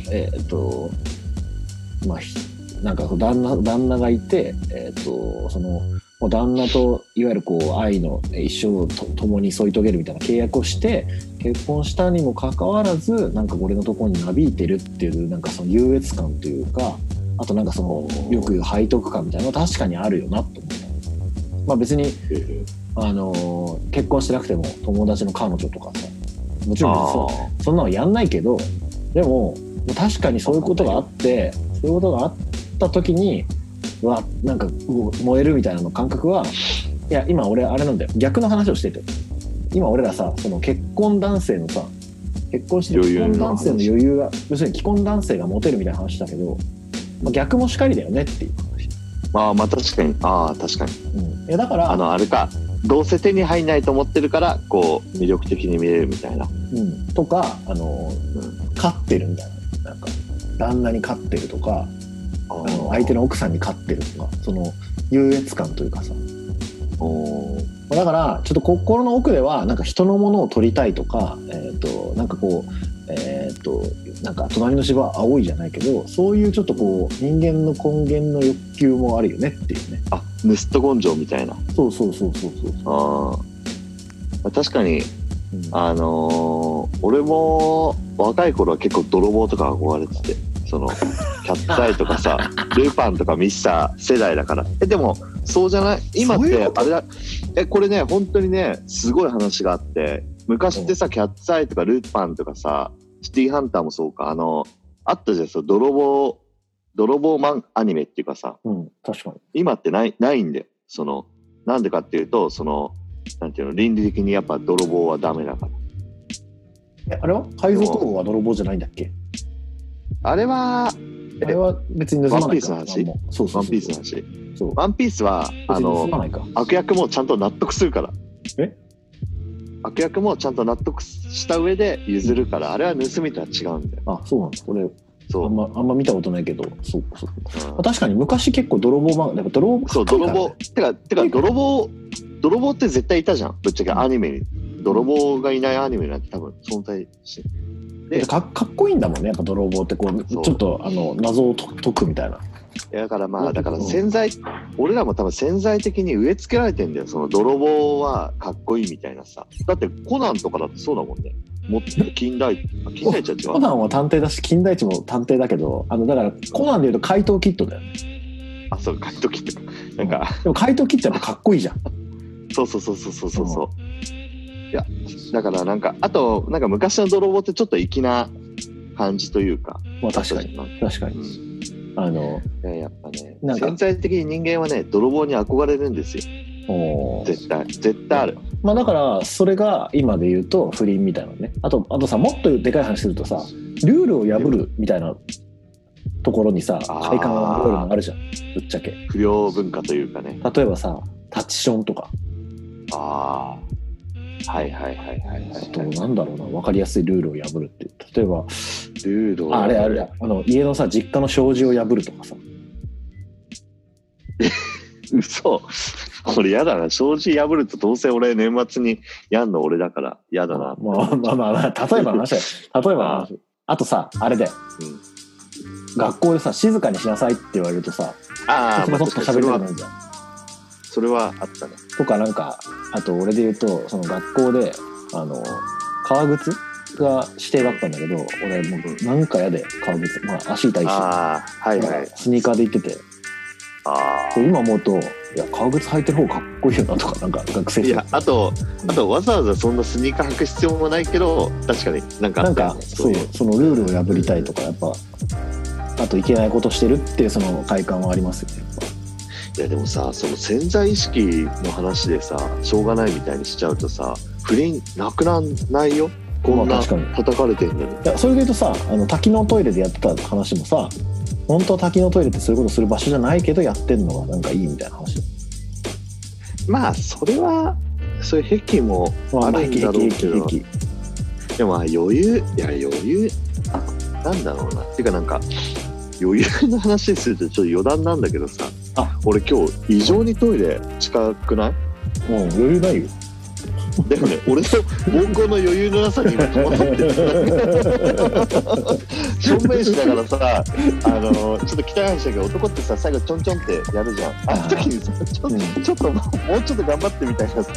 うなんか旦那がいて、その旦那といわゆるこう愛の一生を共に添い遂げるみたいな契約をして結婚したにもかかわらず、なんか俺のところになびいてるっていうなんかその優越感というか、あとなんかそのよく言う背徳感みたいなのは確かにあるよなと思った。まあ別に結婚してなくても友達の彼女とかさ、もちろんそんなのやんないけど、でも確かにそういうことがあって、そういうことがあった時になんか燃えるみたいなの感覚は、いや今俺あれなんだよ、逆の話をしてて、今俺らさ、その結婚男性のさ、結婚してる既婚男性の余裕が、要するに既婚男性がモテるみたいな話だけど、逆もしかりだよねっていう話。 まあ確かに、確かに、 いやだからあれか、どうせ手に入んないと思ってるからこう魅力的に見れるみたいな、 とか勝ってるみたいな、なんか旦那に勝ってるとか、相手の奥さんに勝ってるとか、その優越感というかさ、だからちょっと心の奥ではなんか人のものを取りたいとか、なんかこうなんか隣の芝は青いじゃないけど、そういうちょっとこう人間の根源の欲求もあるよねっていうね。 盗人根性みたいな。 そう。 確かに、俺も若い頃は結構泥棒とか憧れてて、そのキャッツアイとかさルーパンとか見せた世代だから。でもそうじゃない今ってあれだ。これね本当にねすごい話があって、昔ってさ、キャッツアイとかルーパンとかさ、シティーハンターもそうか、あったじゃん、泥棒マンアニメっていうかさ、 確かに今ってないんだよ。そのなんでかっていうと、そのなんていうの、倫理的にやっぱ泥棒はダメだから。 あれは海賊王は泥棒じゃないんだっけ？ あれは別に盗まないか。 ワンピースの話。 そうワンピースの話。ワンピースは悪役もちゃんと納得するから。悪役もちゃんと納得した上で譲るから、あれは盗みとは違うんだよ。 そうなんです。これあんま見たことないけど、そう、確かに昔結構泥棒漫画、やっぱ泥棒てか泥棒って絶対いたじゃん、ぶっちゃけアニメに。泥棒がいないアニメなんて多分存在して、 かっこいいんだもんね、やっぱ泥棒ってこうちょっと謎を解くみたいな。 だから俺らも多分潜在的に植え付けられてんだよ、その泥棒はかっこいいみたいなさ。だってコナンとかだってそうだもんね。もっと近代一は違う。 コナンは探偵だし、金田一も探偵だけど、だからコナンでいうと怪盗キッドだよね。 あ、そう、買い時ってか。なんか、 でも怪盗キッズはやっぱかっこいいじゃん。 そう。いや、だからなんか、あと、なんか昔の泥棒ってちょっと粋な感じというか。 まあ確かに。確かに。 やっぱね、 なんか潜在的に人間はね、泥棒に憧れるんですよ。絶対ある。 まあだからそれが今で言うと不倫みたいなね。あとさ、もっとでかい話するとさ、ルールを破るみたいなところにさ、快感を覚えるのあるじゃん、ぶっちゃけ。 不良文化というかね。 例えばさ、タッチションとか。 ああ、はい。 あとなんだろうな、分かりやすいルールを破るって。例えばルールをあれ家のさ、実家の障子を破るとかさ。 嘘。これやだな。障子破るとどうせ俺年末にやんの俺だからやだな。 まあ例えばの話だよ。例えばの話。あとさ、あれで、学校でさ、静かにしなさいって言われるとさ、 ああ、 ちょっと喋れないじゃん。 それはあったね。 とかなんか、あと俺で言うと、その学校で革靴が指定だったんだけど、俺もうなんか嫌で革靴、まあ足痛いし、スニーカーで行ってて、で今思うと、いや革靴履いてる方がかっこいいよなとか、なんか学生。 いや、あとわざわざそんなスニーカー履く必要もないけど、確かになんかあったよね。 そのルールを破りたいとか、やっぱあといけないことしてるっていうその快感はありますよね。 いやでもさ、その潜在意識の話でさ、しょうがないみたいにしちゃうとさ、不倫なくなんないよ。こんな叩かれてるのに。いや、それで言うとさ、滝のトイレでやってた話もさ、本当は滝のトイレってそういうことする場所じゃないけどやってんのがなんかいいみたいな話。 まあそれはそういう癖もあるんだろうけど、でも余裕なんだろうな。っていうかなんか余裕の話するとちょっと余談なんだけどさ、俺今日異常にトイレ近くない？ もう余裕ないよ。 だよね、俺の膀胱の余裕のなさに今戸惑ってる。証明しながらさ、ちょっと汚い話だけど、男ってさ、最後ちょんちょんってやるじゃん。あの時にさ、ちょっともうちょっと頑張ってみたいなさ。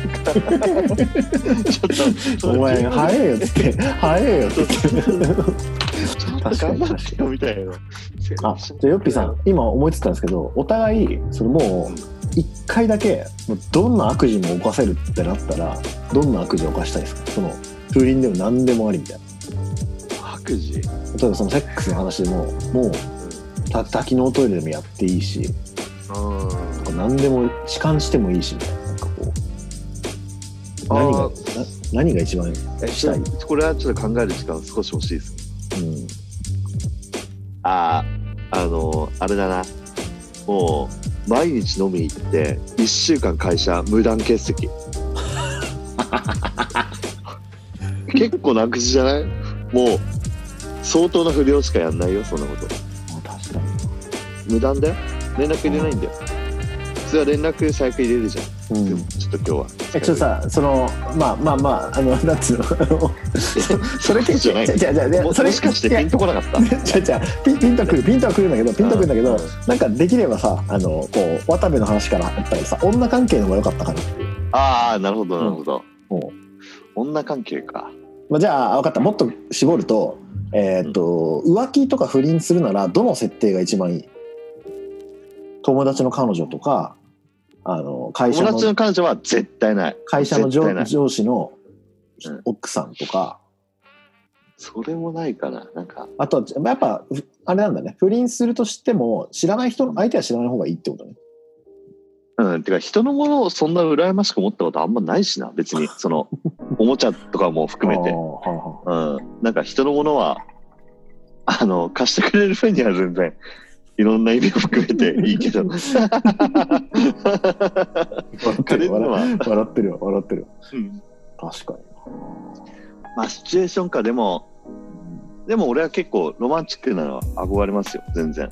ちょっとお前早えよっつって早えよっつってちょっと頑張ってよみたいな。 じゃあヨッピーさん、今思いついたんですけど、お互いそれもう一回だけどんな悪事も犯せるってなったら、どんな悪事を犯したいですか？その風鈴でも何でもありみたいな。 悪事？例えばそのセックスの話でもう滝のトイレでもやっていいし、何でも痴漢してもいいしみたいな。なんかこう何が一番したい？ これはちょっと考える時間少し欲しいです。あれだな、もう毎日飲みに行って1週間会社無断欠席。結構な悪事じゃない？もう相当な不良しかやんないよ、そんなこと。 確かに無断だよ。連絡入れないんだよ。普通は連絡最悪入れるじゃん。でもちょっと今日はちょっとさ、そのまあなんつうのそれじゃもしかしてピンとこなかった？ ピンとくるんだけど、なんかできればさ、こう渡部の話からやっぱりさ、女関係の方が良かったかなっていう。 ああ、なるほど、女関係か。 じゃあ分かった。もっと絞ると、浮気とか不倫するならどの設定が一番いい？友達の彼女とか、会社の友達の彼女は絶対ない。 会社の上司の奥さんとか、 それもないかな。なんかあとやっぱあれなんだね。不倫するとしても相手は知らない方がいいってことね。 てか人のものをそんな羨ましく思ったことあんまないしな、別に。そのおもちゃとかも含めてなんか人のものは貸してくれる分には全然いろんな意味を含めていいけど。笑ってるよ、確かに。 まあシチュエーションか。でも俺は結構ロマンチックなのは憧れますよ、全然。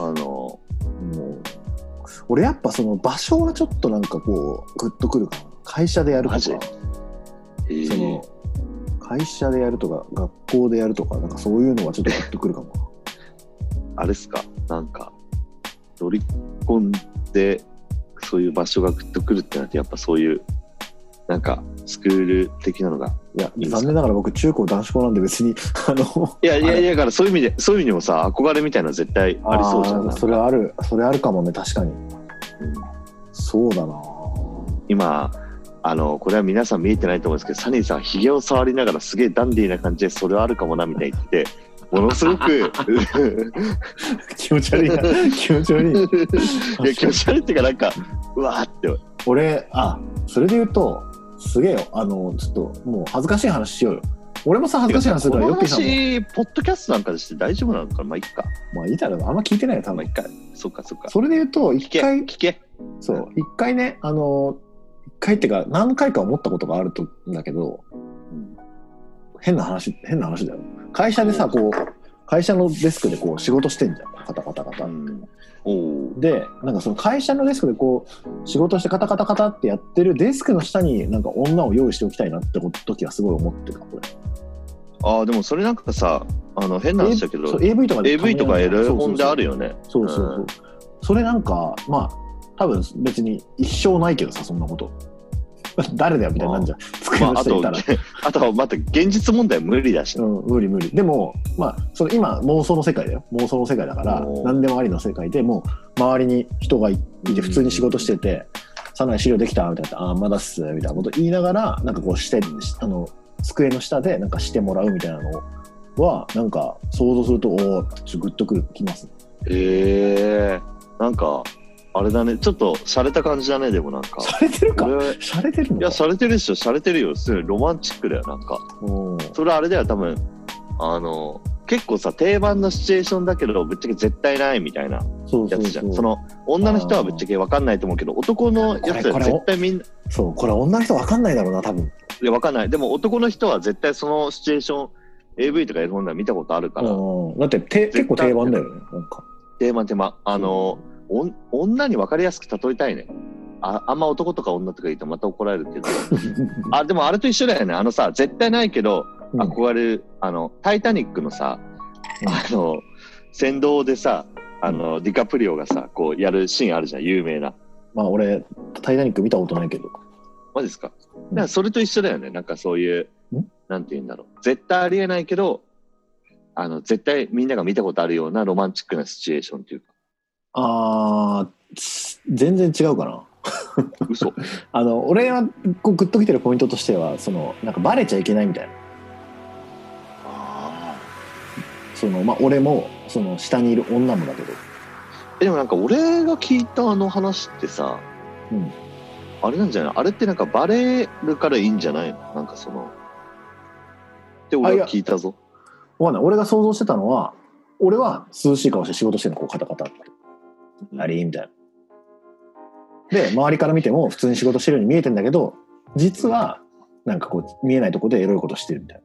俺やっぱその場所はちょっとなんかこうグッとくるかな。会社でやるとか、その会社でやるとか学校でやるとか、なんかそういうのはちょっとグッとくるかも。 あれっすか、なんか乗り込んでそういう場所がグッとくるってなって、やっぱそういうなんかスクール的なのがいや残念ながら僕中高男子校なんで別にいやだからそういう意味でもさ憧れみたいなの絶対ありそうじゃん。 それあるかもね確かに、そうだな。 今これは皆さん見えてないと思うんですけど、サニーさんひげを触りながらすげえダンディーな感じでそれはあるかもなみたいに言ってものすごく気持ち悪いな気持ち悪いいや気持ち悪いっていうかなんかうわーって俺それで言うとすげえよちょっともう恥ずかしい話しようよ。俺もさ恥ずかしい話するからよっぴーさんもこの話ポッドキャストなんかでして大丈夫なのかな。まあいいか、 まあいいだろうな、あんま聞いてないよ多分。 まあいいか、そっかそれで言うと一回聞けそう一回ね一回ってか何回か思ったことがあるとんだけど、変な話だよ。会社でさこう会社のデスクでこう仕事してんじゃんカタカタカタ、でなんかその会社のデスクでこう仕事してカタカタカタってやってるデスクの下になんか女を用意しておきたいなって時はすごい思ってた。これでもそれなんかさ変な話だけど、 AV とかエロ本であるよね。 そう、それなんかまあ多分別に一生ないけどさそんなこと誰だよみたいになんじゃん机の下にいたら、 あとはまた現実問題無理だし、 無理でもまあそれ今妄想の世界だよ。妄想の世界だから何でもありの世界でもう周りに人がいて普通に仕事しててさな資料できたみたいなまだっすみたいなこと言いながらなんかこうして机の下でなんかしてもらうみたいなのはなんか想像するとちょっとグッときます。 なんかあれだね、ちょっと洒落た感じだね。でもなんか洒落てるか。洒落てるのか。 いや洒落てるでしょ。洒落てるよ。すごいロマンチックだよ。なんかそれあれだよ多分結構さ定番のシチュエーションだけどぶっちゃけ絶対ないみたいなやつじゃん。その女の人はぶっちゃけ分かんないと思うけど男のやつは絶対みんなそうこれ女の人分かんないだろうな多分。 いや分かんない。でも男の人は絶対そのシチュエーション AV とか絵本では見たことあるから。 だって結構定番だよね。なんか定番女に分かりやすく例えたいね。あんま男とか女とか言うとまた怒られるけどでもあれと一緒だよね。絶対ないけど憧れるタイタニックのさ船頭でさディカプリオがさこうやるシーンあるじゃん有名な。 まあ俺タイタニック見たことないけど。 マジですか。だからそれと一緒だよね。なんかそういうなんて言うんだろう、絶対ありえないけど絶対みんなが見たことあるようなロマンチックなシチュエーションっていうか。 全然違うかな。 嘘俺はこうグッときてるポイントとしてはなんかバレちゃいけないみたいな。まあ俺も下にいる女もだけど。 でもなんか俺が聞いた話ってさ、あれなんじゃない？あれってなんかバレるからいいんじゃないの？なんかって俺は聞いたぞ。 わかんない。俺が想像してたのは俺は涼しい顔して仕事してるのこうカタカタってあれみたいな。で周りから見ても普通に仕事してるように見えてんだけど実はなんかこう見えないとこでエロいことしてるみたい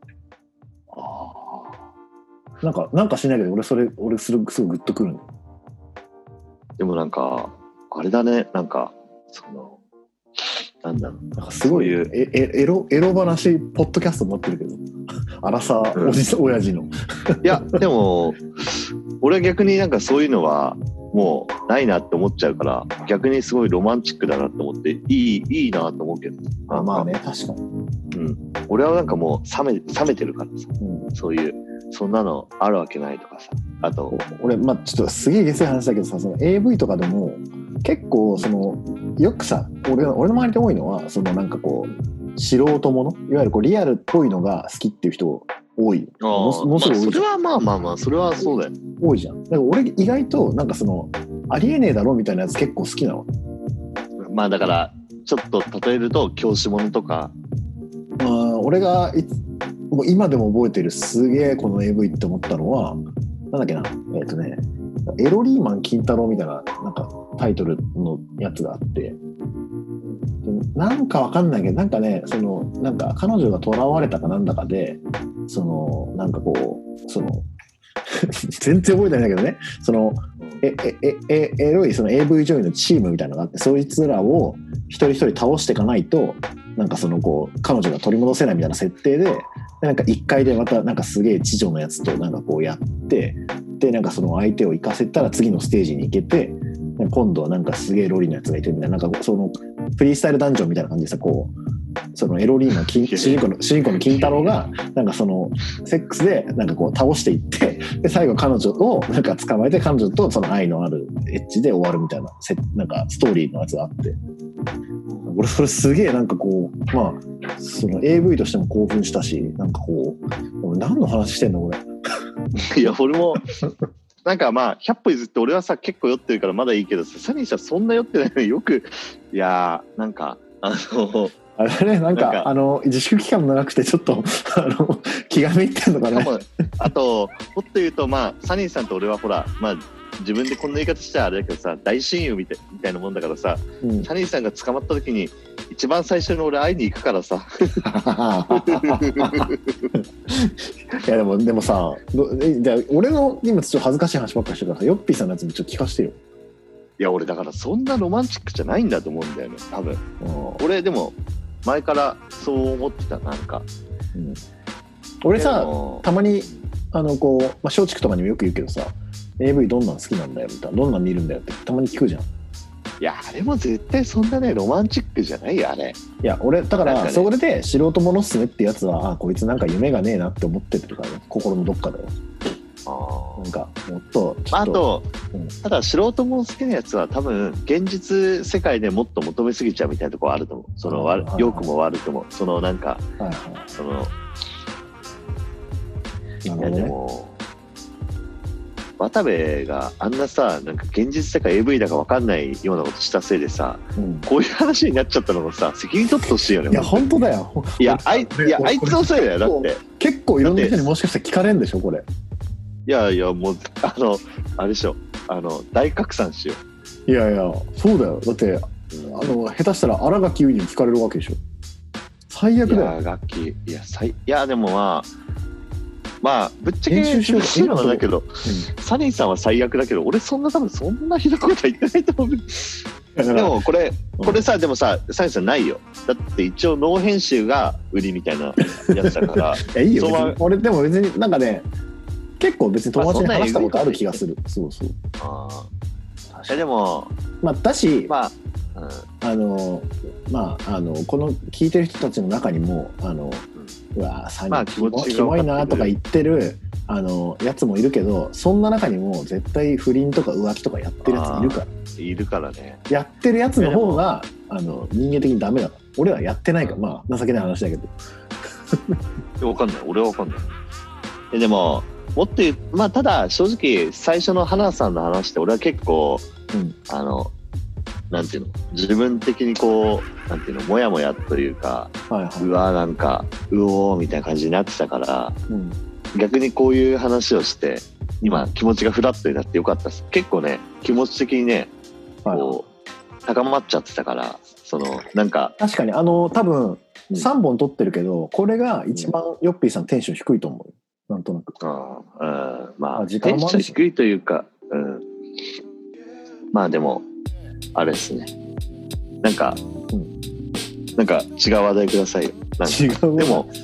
な。なんかしないけど俺すぐグッとくるんだよ。 でもなんかあれだね、なんかなんだろう、 なんかすごいエロ話ポッドキャストになってるけどアラサー親父のいやでも俺は逆になんかそういうのはもうないなって思っちゃうから逆にすごいロマンチックだなって思っていいなと思うけど。 まあね確かに。 俺はなんかもう冷めてるからさ、そういうそんなのあるわけないとかさ。あと俺ちょっとすげえ下水話だけどさAV とかでも結構よくさ俺の周りで多いのはなんかこう素人ものいわゆるこうリアルっぽいのが好きっていう人多い。ものすごい多い。 それはまあそれはそうだよ。 多いじゃん。だから俺意外となんかありえねえだろみたいなやつ結構好きなの。 まあだからちょっと例えると教師ものとか。 俺がもう今でも覚えてるすげえこの AV って思ったのはなんだっけなエロリーマン金太郎みたいななんかタイトルのやつがあってなんかわかんないけどなんかねなんか彼女が囚われたかなんだかでなんかこう全然覚えてないんだけどねエロいAV 女優のチームみたいなのがあってそいつらを一人一人倒していかないとなんかこう彼女が取り戻せないみたいな設定でなんか1回でまたなんかすげえ知女のやつとなんかこうやってでなんか相手を行かせたら次のステージに行けて今度はなんかすげえロリのやつがいてみたいななんかフリースタイルダンジョンみたいな感じでさこうそのエロリーの主人公の金太郎がなんかそのセックスでなんかこう倒していってで最後彼女をなんか捕まえて彼女とその愛のあるエッジで終わるみたいななんかストーリーのやつがあって、俺それすげえなんかこうまあその AV としても興奮したし、なんかこう何の話してんの俺いや俺もなんかまあ100歩譲って俺はさ結構酔ってるからまだいいけどさ、サニーさんそんな酔ってないのによく、いやーなんかあれね、なんか自粛期間も長くてちょっと気がめいってんのかね。 あともっと言うとまあサニーさんと俺はほらまあ自分でこんな言い方したらあれだけどさ、大親友みたいなもんだからさ、サニーさんが捕まった時に一番最初に俺会いに行くからさいやでもさ、じゃあ俺の今ちょっと恥ずかしい話ばっかりしてるからさ、ヨッピーさんのやつもちょっと聞かせてよ。 いや俺だからそんなロマンチックじゃないんだと思うんだよね多分。俺でも前からそう思ってたなんか、俺さたまにこう、まあ、松竹とかにもよく言うけどさ、 AV どんなん好きなんだよみたいな、どんなん見るんだよってたまに聞くじゃん。 いやあれも絶対そんなねロマンチックじゃないよあれ。 いや俺だから、それで素人ものっすねってやつは、あこいつなんか夢がねえなって思ってるからね、心のどっかで。なんかもっとちょっと、ただ素人も好きなやつは多分現実世界でもっと求めすぎちゃうみたいなところあると思う。その良くも悪くもそのなんか、そのいやでも渡部があんなさなんか現実世界 AV だか分かんないようなことしたせいでさ、こういう話になっちゃったのもさ責任取ってほしいよね。 いや本当だよ。 いやあいつのせいだよ。だって結構いろんな人にもしかしたら聞かれんでしょこれ。 いやいやもうあれでしょ、大拡散しよう。いやいやそうだよ。だって下手したら新垣結衣に聞かれるわけでしょ。最悪だよ。 いや楽器いやでもまあぶっちゃけ厳しいのはだけど、サニーさんは最悪だけど俺多分そんなひどいことは言ってないと思う。でもこれさでもさサニーさんないよ。だって一応ノー編集が売りみたいなやつだからいやいいよ俺でも別になんかね結構別に友達に話したことある気がする。そうでもまあだし、この聞いてる人たちの中にもうわサニーキモいなとか言ってるやつもいるけど、そんな中にも絶対不倫とか浮気とかやってるやついるからね。やってるやつの方が人間的にダメだから。俺はやってないから、まあ情けない話だけど分かんない。俺は分かんない。でももっと言うまあただ正直最初の花さんの話って俺は結構、なんていうの自分的にこうなんていうのモヤモヤというか、うわなんかうおーみたいな感じになってたから、逆にこういう話をして今気持ちがフラットになってよかったです。結構ね気持ち的にねこう高まっちゃってたから、そのなんか確かに多分3本撮ってるけど、これが一番ヨッピーさんテンション低いと思う。なんとなく。 まあテンション低いというか、まあでもあれですね。なんか違う話題くださいよ。 違うでも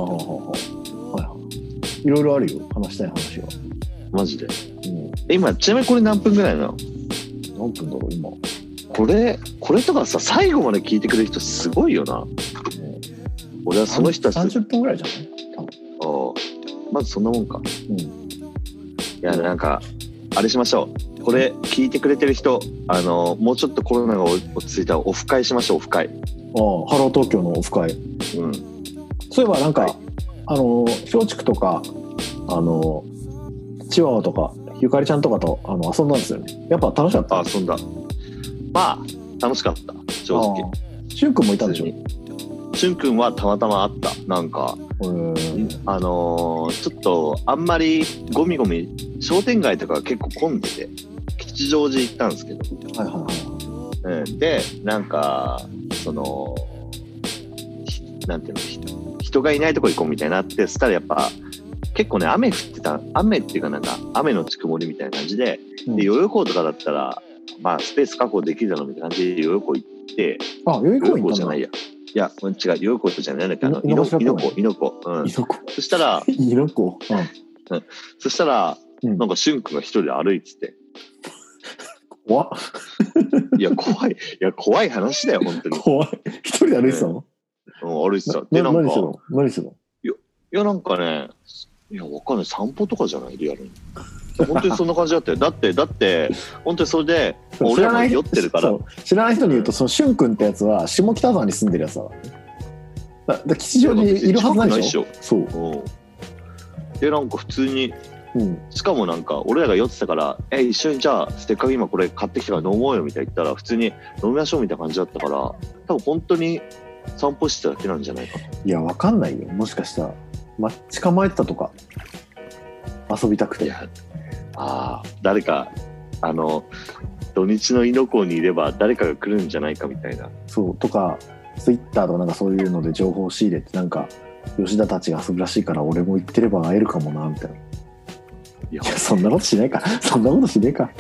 いろいろあるよ話したい話は。 マジで。今ちなみにこれ何分ぐらいなの？ 何分だろう今。 これとかさ最後まで聞いてくれる人すごいよな。俺はその人たち 30分ぐらいじゃない多分。 まずそんなもんか。いやなんかあれしましょう。これ聞いてくれてる人もうちょっとコロナが落ち着いたらオフ会しましょう。オフ会。 ハロー東京のオフ会。そういえばなんか松竹とかチワワとかゆかりちゃんとかと遊んだんですよね。やっぱ楽しかった。 遊んだ。まあ楽しかった正直。 しゅんくんもいたでしょ。 しゅんくんはたまたまあった。なんかちょっとあんまりゴミ商店街とか結構混んでて吉祥寺行ったんですけど、でなんかそのなんていうの人がいないとこ行こうみたいになって、そしたらやっぱ結構ね雨降ってた。雨っていうかなんか雨のち曇りみたいな感じで、で代々木とかだったらまあスペース確保できるだろうみたいな感じで代々木行って、 代々木じゃないや。いや違う代々木じゃないんだけど猪子。そしたら猪子。 そしたらなんかしゅんくんが一人で歩いてて。 怖っ。 いや怖い話だよ本当に。 怖い。一人で歩いてたの？ 歩いてた。で、なんか、 何するの？ いや、なんかね、いや、わかんない。散歩とかじゃないリアルに。本当にそんな感じだったよ。だって、本当にそれで、俺らも酔ってるから。 知らない人に言うと、そのしゅんくんってやつは、下北沢に住んでるやつだ。吉祥寺にいるはずないでしょ。そう。で、なんか普通に、しかもなんか、俺らが酔ってたから、一緒にじゃあ、せっかく今これ買ってきたから飲もうよみたいな言ったら、普通に飲みましょうみたいな感じだったから、多分本当に散歩してただけなんじゃないかと。 いや、わかんないよ。もしかしたら、待ち構えてたとか、遊びたくて。 誰か、土日の猪子にいれば誰かが来るんじゃないかみたいな。 そうとか、ツイッターとかなんかそういうので情報を仕入れて、なんか吉田たちが遊ぶらしいから俺も行ってれば会えるかもなみたいな。いや、そんなことしないから。そんなことしねえから。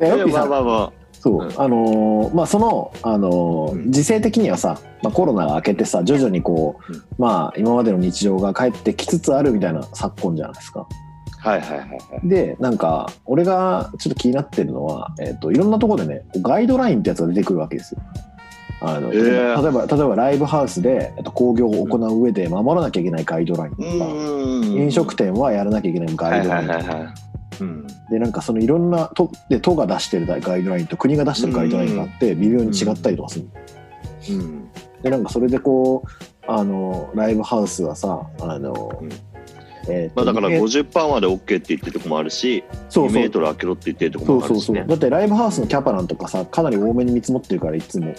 いや、まあ。 そう、その、時勢的にはさ、コロナが明けてさ、徐々にこう、今までの日常が帰ってきつつあるみたいな昨今じゃないですか。で、なんか俺がちょっと気になってるのは、いろんなところでね、ガイドラインってやつが出てくるわけですよ。例えばライブハウスで興行を行う上で守らなきゃいけないガイドラインとか、飲食店はやらなきゃいけないガイドラインとか。で、なんかそのいろんな都が出してるガイドラインと国が出してるガイドラインがあって微妙に違ったりとかする。で、なんかそれでこうライブハウスはさだから 50% まで OK って言ってるとこもあるし、2メートル開けろって言ってるとこもあるしね。 だってライブハウスのキャパなんとかさ、かなり多めに見積もってるから、いつも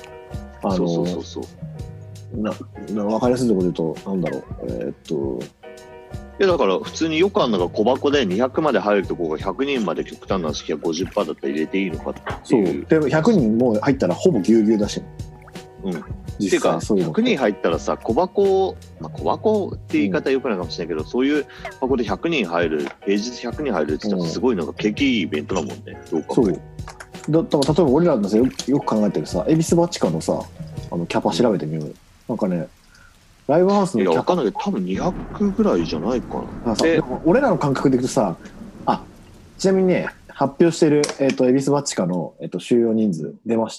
分かりやすいところで言うと、なんだろう、 いや、だから普通によくあるのが小箱で200まで入るとこが100人まで極端な話が 50% だったら入れていいのかっていう。 そうで100人もう入ったらほぼぎゅうぎゅうだし、 っていうか100人入ったらさ、小箱って言い方よくないかもしれないけど、そういう箱で100人入る、平日100人入るって言ったらすごいなんか景気いいイベントだもんね。 そうだから例えば俺らのさ、よく考えてるさ、恵比寿バチカのさキャパ調べてみようよ。なんかね、ライブハウスのキャパ、いや、分かんないけど多分200ぐらいじゃないかな。 でも俺らの感覚でいくとさ、ちなみにね、発表してる恵比寿バチカの収容人数出ました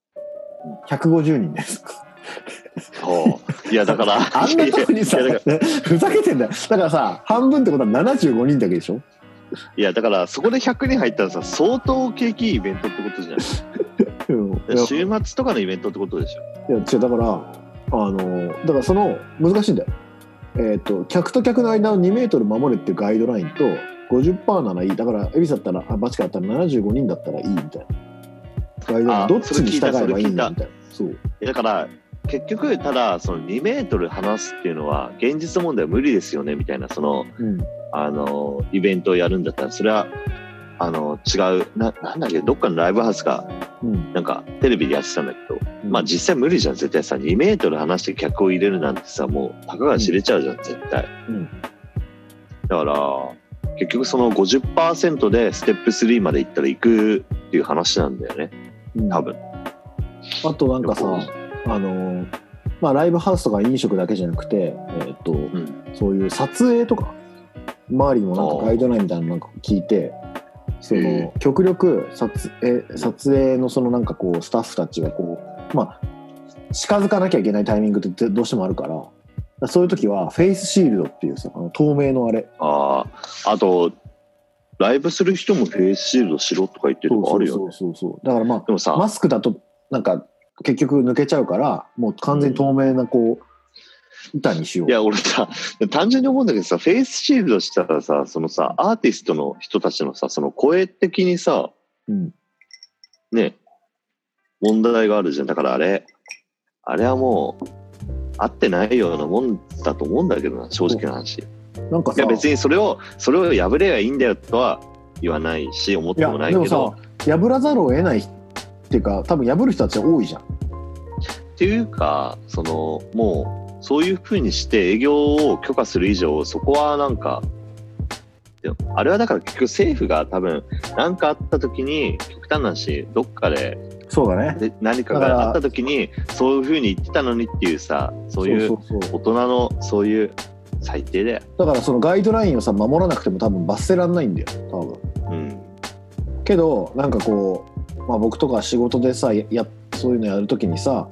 。150人です。 いや、だからあんなとこにさ、ふざけてんだよ。だからさ、半分ってことは75人だけでしょ。 いや、だからそこで100人入ったらさ、相当景気いいイベントってことじゃない。週末とかのイベントってことでしょ。 いや、違う、だからその難しいんだよ。客と客の間を2メートル守れっていうガイドラインと 50% ならいい。だから恵比寿だったらバチカだったら75人だったらいいみたいな。ガイドラインどっちに従えばいいんだみたいな。そうだから結局、ただその2メートル離すっていうのは現実問題は無理ですよねみたいな、その、イベントをやるんだったらそれは違うなんだっけ、どっかのライブハウスがなんかテレビでやってたんだけど、実際無理じゃん。絶対さ、2メートル離して客を入れるなんてさ、もうたかが知れちゃうじゃん、絶対。だから結局その 50% でステップ3まで行ったら行くっていう話なんだよね、多分。 あとなんかさ、ライブハウスとか飲食だけじゃなくて、そういう撮影とか周りにもなんかガイドラインみたいなのなんか聞いて、その極力撮影のそのなんかこうスタッフたちがこう近づかなきゃいけないタイミングってどうしてもあるから、そういう時はフェイスシールドっていうさ、透明のあれ。 あとライブする人もフェイスシールドしろとか言ってるとこあるよね。 そうだからでもさ、マスクだとなんか結局抜けちゃうから、もう完全に透明なこう板にしよう。 いや、俺さ、単純に思うんだけどさ、フェイスシールドしたらさ、そのさ、アーティストの人たちのさ、その声的にさ、ね、問題があるじゃん。だからあれはもう合ってないようなもんだと思うんだけどな、正直な話。なんかさ、いや別にそれを破ればいいんだよとは言わないし、思ってもないけど。 でもさ、破らざるを得ないっていうか、多分破る人たちは多いじゃん。 っていうか、そのもうそういう風にして営業を許可する以上、そこはなんか、あれはだから結局政府が多分何かあった時に、極端な話どっかでそうだね、 で何かがあった時にそういう風に言ってたのにっていうさ、そういう大人のそういう最低だよ。 だからそのガイドラインをさ守らなくても多分罰せらんないんだよ多分。けどなんかこう、僕とか仕事でさそういうのやる時にさ、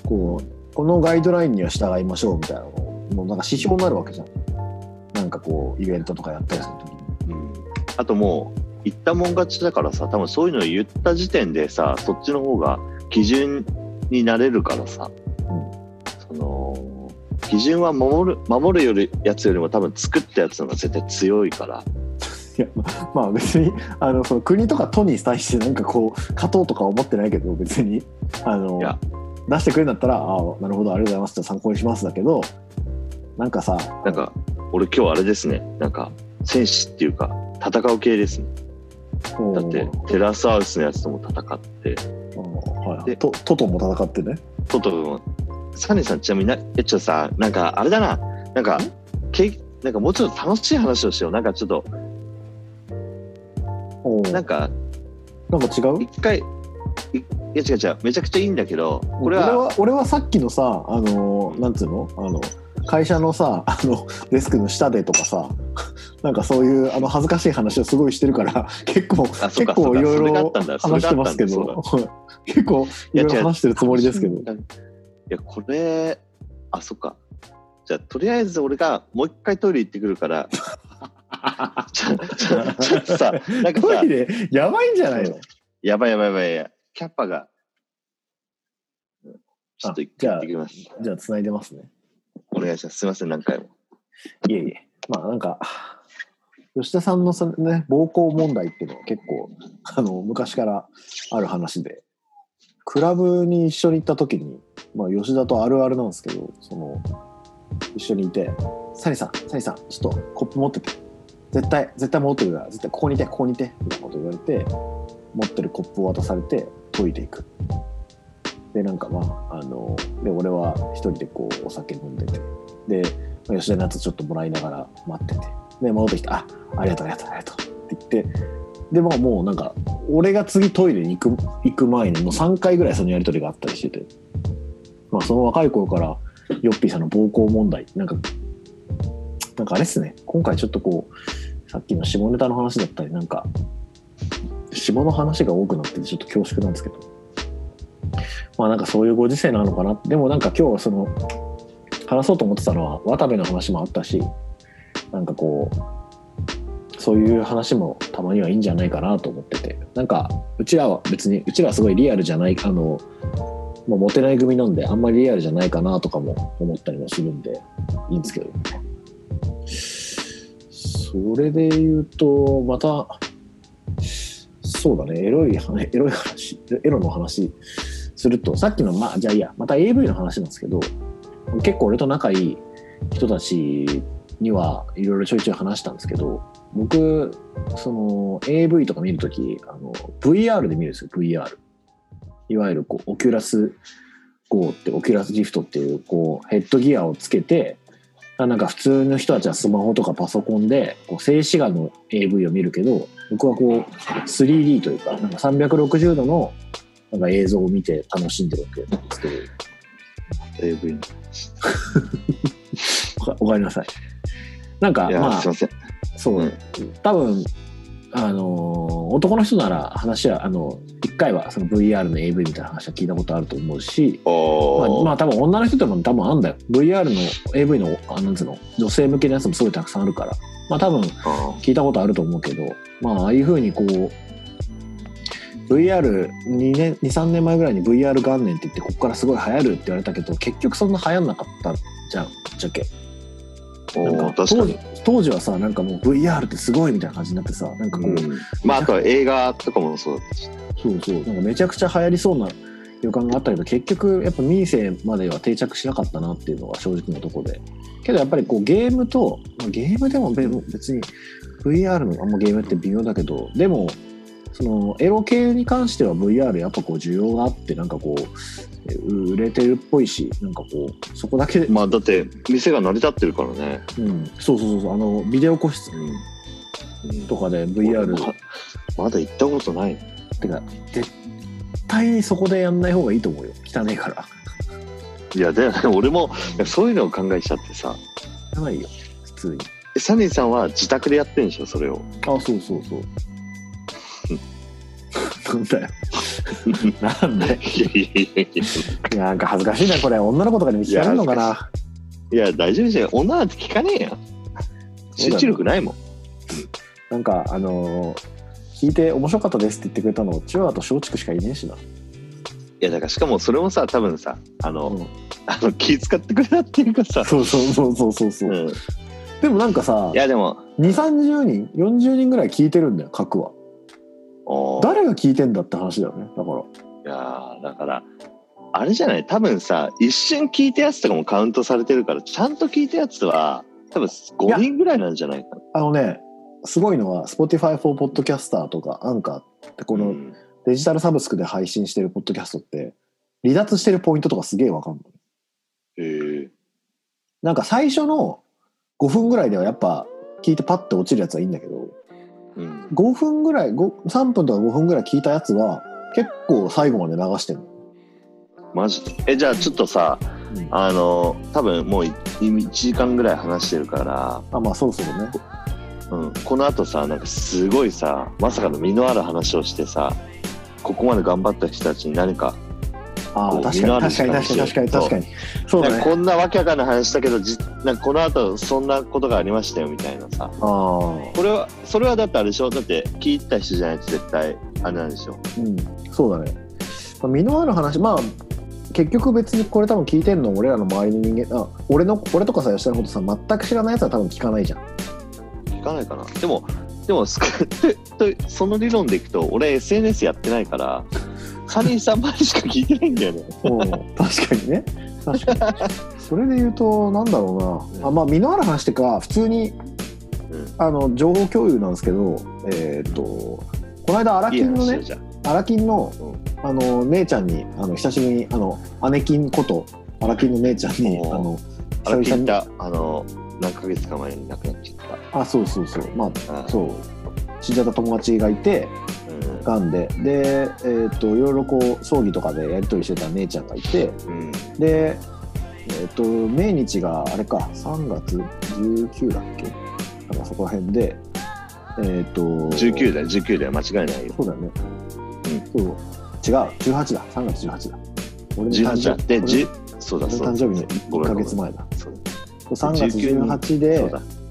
このガイドラインには従いましょうみたいなのもうなんか指標になるわけじゃん。なんかこうイベントとかやったりするときに、 あともう言ったもん勝ちだからさ、多分そういうのを言った時点でさ、そっちの方が基準になれるからさ、その基準は守るよりやつよりも多分作ったやつの方が絶対強いから。 いやまあ別にその国とか都に対してなんかこう勝とうとか思ってないけど、別にいや出してくれるんだったら、なるほどありがとうございますって参考にしますだけど、なんかさ、なんか俺今日あれですね、なんか戦士っていうか戦う系ですね。だってテラスハウスのやつとも戦って、 はい、でトトも戦ってね。 トトもサニーさん、ちなみにちょっとさ、なんかあれだな、なんかもうちょっと楽しい話をしよう。なんかちょっとなんか違う？一回いや違うめちゃくちゃいいんだけど、これは俺はさっきのさなんつうの会社のさデスクの下でとかさなんかそういう恥ずかしい話をすごいしてるから結構いろいろ話してますけど結構いろいろ話してるつもりですけど、いやこれそっか、じゃあとりあえず俺がもう一回トイレ行ってくるからちょっとさ、なんかさトイレやばいんじゃないの？ やばいキャッパがちょっと行ってきます。 じゃあ繋いでますね。 お願いします。すいません、何回も。 いえまあなんか吉田さんのね暴行問題っていうのは結構昔からある話で、クラブに一緒に行った時に、まあ吉田とあるあるなんですけど、一緒にいて、サニーさんちょっとコップ持ってて、絶対持ってるから、絶対ここにいてみたいなこと言われて、持ってるコップを渡されてトイレ行く。でなんかで俺は一人でこうお酒飲んでて、で吉田のやつちょっともらいながら待ってて、で戻ってきてありがとうって言って、でもうなんか俺が次トイレに行く前にもう3回ぐらいそのやり取りがあったりしてて、まあその若い頃からヨッピーさんの暴行問題なんかあれっすね、今回ちょっとこうさっきの下ネタの話だったりなんか下の話が多くなっててちょっと恐縮なんですけど、まあなんかそういうご時世なのかな。でもなんか今日は話そうと思ってたのは渡部の話もあったし、なんかこうそういう話もたまにはいいんじゃないかなと思ってて、なんかうちらはすごいリアルじゃないもうモテない組なんであんまりリアルじゃないかなとかも思ったりもするんでいいんですけど、それで言うとまたそうだね、エロの話すると、さっきのじゃあいいや、また AV の話なんですけど、結構俺と仲いい人たちにはいろいろちょいちょい話したんですけど、僕AV とか見るときVR で見るんですよ。 VR いわゆるこうオキュラス GO ってオキュラスリフトっていうこうヘッドギアをつけて、なんか普通の人たちはスマホとかパソコンでこう静止画の AV を見るけど、僕はこう 3D というかなんか360度のなんか映像を見て楽しんでるわけなんですけど、 AV おかえりなさい。なんかまあすいません、 そう、多分男の人なら話は1回はその VR の AV みたいな話は聞いたことあると思うし、まあ多分女の人でも多分あんだよ。 VR の AV のなんつうの女性向けのやつもすごいたくさんあるから、まあ多分聞いたことあると思うけど、まあああいう風にこう VR2、3年前ぐらいに VR 元年って言ってここからすごい流行るって言われたけど、結局そんな流行んなかったじゃん、ぶっちゃけ。なんか当時はさ、なんかもう VR ってすごいみたいな感じになってさ、なんかこう、 まああとは映画とかもそうだったし、 そうなんかめちゃくちゃ流行りそうな予感があったけど、結局やっぱ民生までは定着しなかったなっていうのが正直なところで、けどやっぱりこうゲームでも別に VR のあんまゲームって微妙だけど、でもそのエロ系に関しては VR やっぱこう需要があって、なんかこう売れてるっぽいし、なんかこうそこだけで、 まあだって店が成り立ってるからね。 そうビデオ個室とかで VR まだ行ったことない。 てか絶対にそこでやんない方がいいと思うよ、汚いから。 いやだよね、俺もそういうのを考えちゃってさ。 汚いよ普通に。 サニーさんは自宅でやってんでしょそれを。 そうなんだよなんでいやなんか恥ずかしいなこれ。女の子とかにも聞かれるのかな。 いや大丈夫ですよ。女なんて聞かねえやん。集中力ないもん。 なんか聞いて面白かったですって言ってくれたのチワワと松竹しかいねえしな。 いやだからしかもそれもさ多分さ気使ってくれたっていうかさ。 そう、でもなんかさ、 いやでも 2、30人40人ぐらい聞いてるんだよ各話。誰が聞いてんだって話だよね。だからいやだからあれじゃない、多分さ一瞬聞いたやつとかもカウントされてるから、ちゃんと聞いたやつは多分5人ぐらいなんじゃないかな。 すごいのは Spotify for Podcaster とかアンカーってこのデジタルサブスクで配信してるポッドキャストって離脱してるポイントとかすげえわかんない。なんか最初の5分ぐらいではやっぱ聞いてパッて落ちるやつはいいんだけど、5分ぐらい3分とか5分ぐらい聞いたやつは結構最後まで流してるの。 マジで？じゃあちょっとさ、多分もう1時間ぐらい話してるから、 まあそろそろね、 この後さなんかすごいさまさかの実のある話をしてさ、ここまで頑張った人たちに何か確かにそうだね。 こんなわけわかんない話だけどなんかこの後そんなことがありましたよみたいなさ。それはだってあれでしょ、だって聞いた人じゃないと絶対あれなんでしょ。 そうだね。実のある話、結局別にこれ多分聞いてんの俺らの周りの人間、俺とかさ吉田のことさ全く知らないやつは多分聞かないじゃん。 聞かないかな。でもその理論でいくと俺 SNS やってないからサニーさんまでしか聞いてないんだよね。 確かにね。確かにそれで言うとなんだろうな、実のある話ってか普通に、情報共有なんですけど、この間アラキンの姉ちゃんに久しぶりに姉金ことアラキンの姉ちゃんにアラキンだ何ヶ月か前に亡くなっちゃった。そうそう死んじゃった友達がいて、がんでいろいろこう葬儀とかでやり取りしてた姉ちゃんがいて、で命日があれか3月19だっけ、なんかそこら辺で 19だよ間違いないよ。 そうだよね。そう違う18だ3月18だ。 俺の誕生日でそうだ誕生日の1ヶ月前だ。3月18で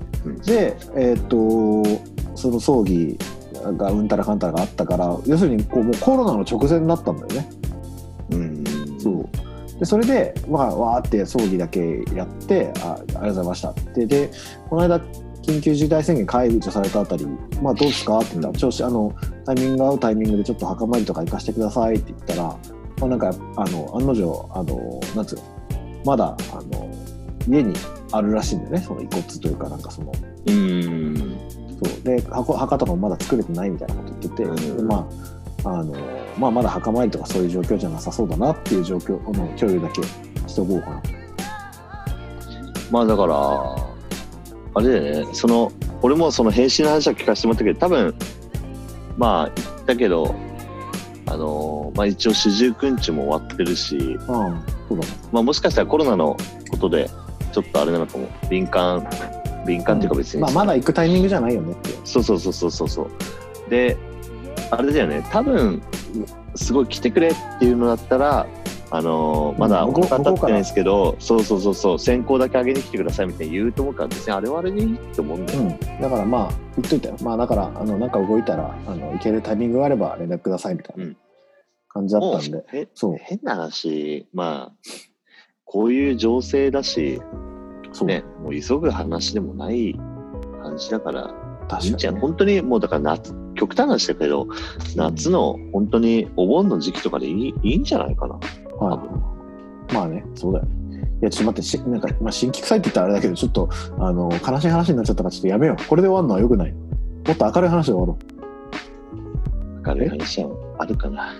その葬儀がうんたらかんたらがあったから、要するにもうコロナの直前だったんだよね。そうでそれでわーって葬儀だけやってありがとうございましたってでこの間緊急事態宣言解除されたあたりどうですかって言ったらタイミングが合うタイミングでちょっと墓参りとか行かせてくださいって言ったら、なんか案の定なんつうのまだ家にあるらしいんだよね、その遺骨というかなんかそのそうで墓とかもまだ作れてないみたいなこと言ってて、でまだ墓参りとかそういう状況じゃなさそうだなっていう状況共有だけしておこうかな。 だからあれだよね、俺もその返信の話は聞かせてもらったけど、多分言ったけど一応四十九日も終わってるし、 そうだね。 もしかしたらコロナのことでちょっとあれなのかも、敏感っていうか別に、 まだ行くタイミングじゃないよねって。 そうであれだよね、多分すごい来てくれっていうのだったらまだお金当たってないんですけど、そう先行だけ上げに来てくださいみたいに言うと思うから、別にあれはあれでいいって思うんだよ、 だから言っといたよ。だからなんか動いたら行けるタイミングがあれば連絡くださいみたいな感じだったんで、 変な話こういう情勢だしね、もう急ぐ話でもない感じだからいいんじゃん。本当にもうだから極端な話だけど夏の本当にお盆の時期とかでいいんじゃないかな。 そうだよ。いやちょっと待ってなんか新規臭いって言ったらあれだけどちょっと悲しい話になっちゃったからちょっとやめよう。これで終わるのは良くない。もっと明るい話で終わろう。明るい話はあるかな。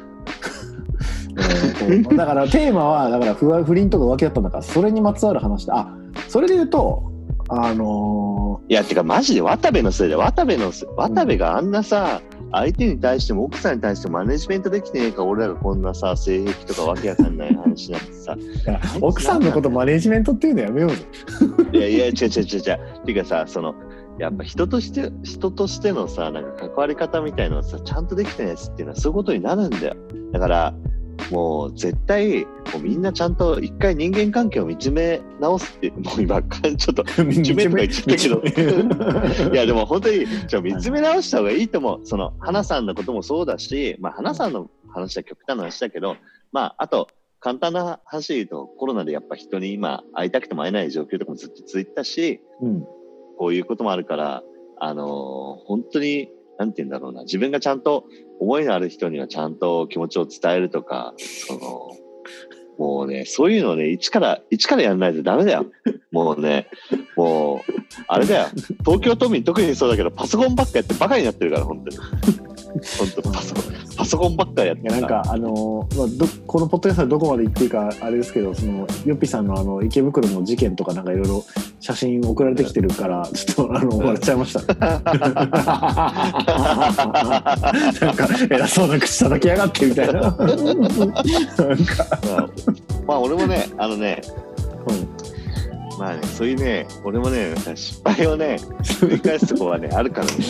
だからテーマはだから不倫とか浮気だったんだから、それにまつわる話で、それで言うといやてかマジで渡部のせいで渡部があんなさ、相手に対しても奥さんに対してもマネジメントできてねえか、俺らがこんなさ性癖とかわけわかんない話なんてさ奥さんのことマネジメントっていうのやめようぜ。 いや違うっていうかさ、 やっぱ人としてのさ、なんか関わり方みたいなのさ、ちゃんとできてないやつっていうのはそういうことになるんだよ。だからもう絶対もうみんなちゃんと一回人間関係を見つめ直すって、もう今ちょっと見つめとか言っちゃったけどいやでも本当に見つめ直した方がいいと思う。その花さんのこともそうだし、まあ花さんの話は極端な話だけど、まああと簡単な話で言うと、コロナでやっぱ人に今会いたくても会えない状況とかもずっと続いてたし、こういうこともあるから、本当になんて言うんだろうな、自分がちゃんと思いのある人にはちゃんと気持ちを伝えるとか、もうね、そういうのをね、一からやらないとダメだよ。もうね、もうあれだよ。東京都民特にそうだけど、パソコンばっかやってバカになってるから本当に。本当パソコンばっかやってるから。 なんかこのポッドキャストでどこまで言っていいかあれですけど、そのヨッピさんの池袋の事件とかなんかいろいろ写真送られてきてるから、ちょっと笑っちゃいました。なんか偉そうな口叩きやがってみたいな。なんかまあ俺もねまあね、そういうね、俺もね、失敗をね、繰り返すとこはね、あるからね、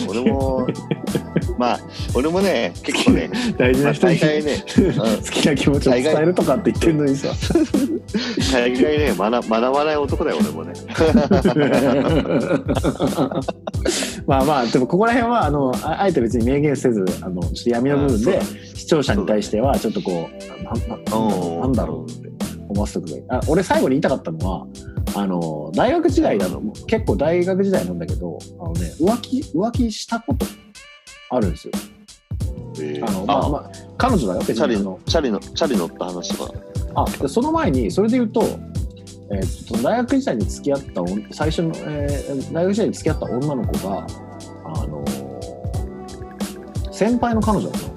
俺もね、結構ね、 大事な人に、 大概ね、 好きな気持ちを伝えるとかって言ってるのにさ。 大概ね、学ばない男だよ、俺もね。 まあまあ、でもここら辺は、あえて別に明言せず、ちょっと闇の部分で、視聴者に対しては、ちょっとこう、なんだろうって思わせておくがいい。俺最後に言いたかったのは、大学時代結構大学時代なんだけど、浮気したことあるんですよ。彼女だよ、別に。 チャリ乗った話は。 でその前に、それで言うと、大学時代に付き合った最初の、大学時代に付き合った女の子が、先輩の彼女だったの。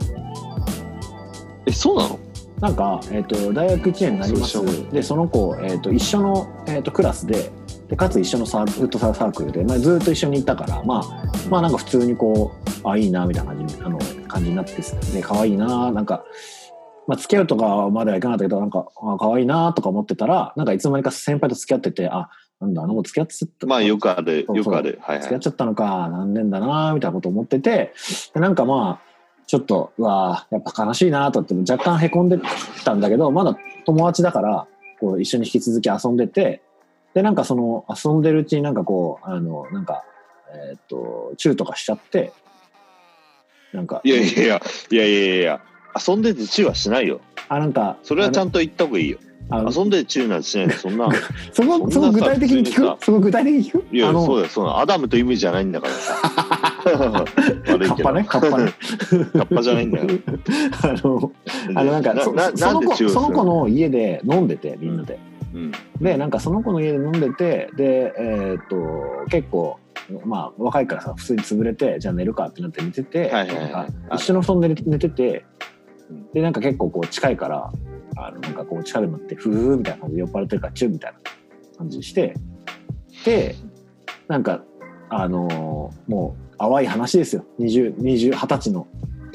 そうなの？ なんか、大学1年になります。で、その子、一緒の、クラスで、かつ一緒のフットサルサークルで、ずっと一緒にいたから、まあなんか普通にこう、いいなみたいな感じになって、で、可愛いな、なんか、付き合うとかまではいかなかったけど、なんか、可愛いなとか思ってたら、なんかいつの間にか先輩と付き合ってて、なんだ、子付き合ってた。 よくある。はいはい。 付き合っちゃったのか、何年だなみたいなこと思ってて、なんかちょっとやっぱ悲しいなとって若干へこんでたんだけど、まだ友達だからこう一緒に引き続き遊んでて、でなんかその遊んでるうちになんかこうなんかチューとかしちゃって、なんかいや遊んでてチューはしないよ。 なんかそれはちゃんと言った方がいいよ。遊んでチューなんてしないの、そんなそこ具体的に聞く？そこ具体的に聞く？ いや、そうだよ、そうだ。アダムとイブじゃないんだからさ。悪いけど。カッパじゃないんだよ。 なんかその子の家で飲んでて、みんなで。で、なんかその子の家で飲んでて、で、結構、若いからさ、普通に潰れて、じゃあ寝るかってなって寝てて、一緒の布団で寝てて、で、なんか結構こう近いから、なんかこう近くになってふーみたいな感じで酔っ払ってるからチューみたいな感じして、でなんかもう淡い話ですよ。20歳の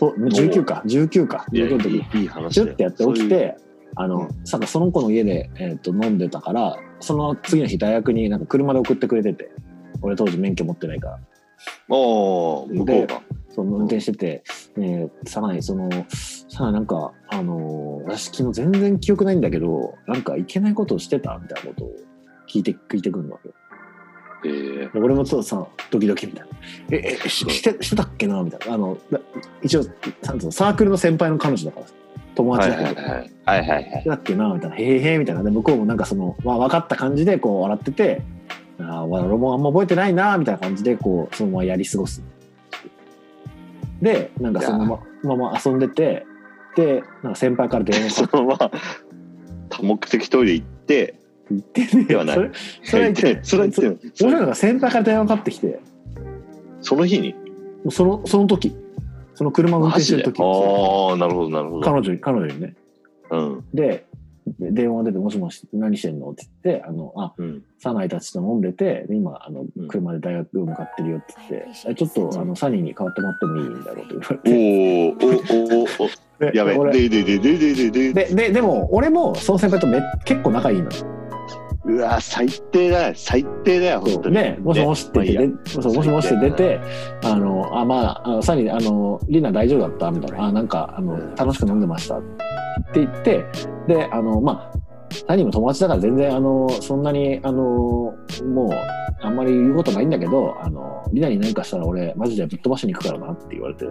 19かの時いい話チュッてやって起きて、その子の家で、飲んでたから、その次の日大学になんか車で送ってくれてて、俺当時免許持ってないから、 向こうが運転してて、さらになんか私昨日全然記憶ないんだけど、なんかいけないことをしてたみたいなことを聞いてくるわけよ。俺もちょっとさドキドキみたいな、してたっけなみたいな、一応サークルの先輩の彼女だから友達だけど、だっけなみたいな、へーみたいな。で向こうもなんか分かった感じでこう笑ってて、俺もあんま覚えてないなみたいな感じでこうそのままやり過ごす。でなんかそのまま遊んでて、でなんか先輩から電話そのまま多目的トイレ行ってね、 ではない。 それは言って俺らが先輩から電話かかってきて、 その日にその時その車を運転してる時、 なるほど彼女にね、で電話出て、もしもし何してんのって言って、サナイたちと飲んでて、今車で大学向かってるよって言って、ちょっとサニーに代わってもらってもいいんだろうと言われて、 やべでも俺もその先輩と結構仲いいのよ。 うわ最低だよ本当にね、もしもしって言って、そうもしもしって出て、まあサニーリナ大丈夫だったみたいな、なんか楽しく飲んでましたって言って、でまあサニーも友達だから全然そんなにもうあんまり言うことないんだけど、リナに何かしたら俺マジでぶっ飛ばしに行くからなって言われて。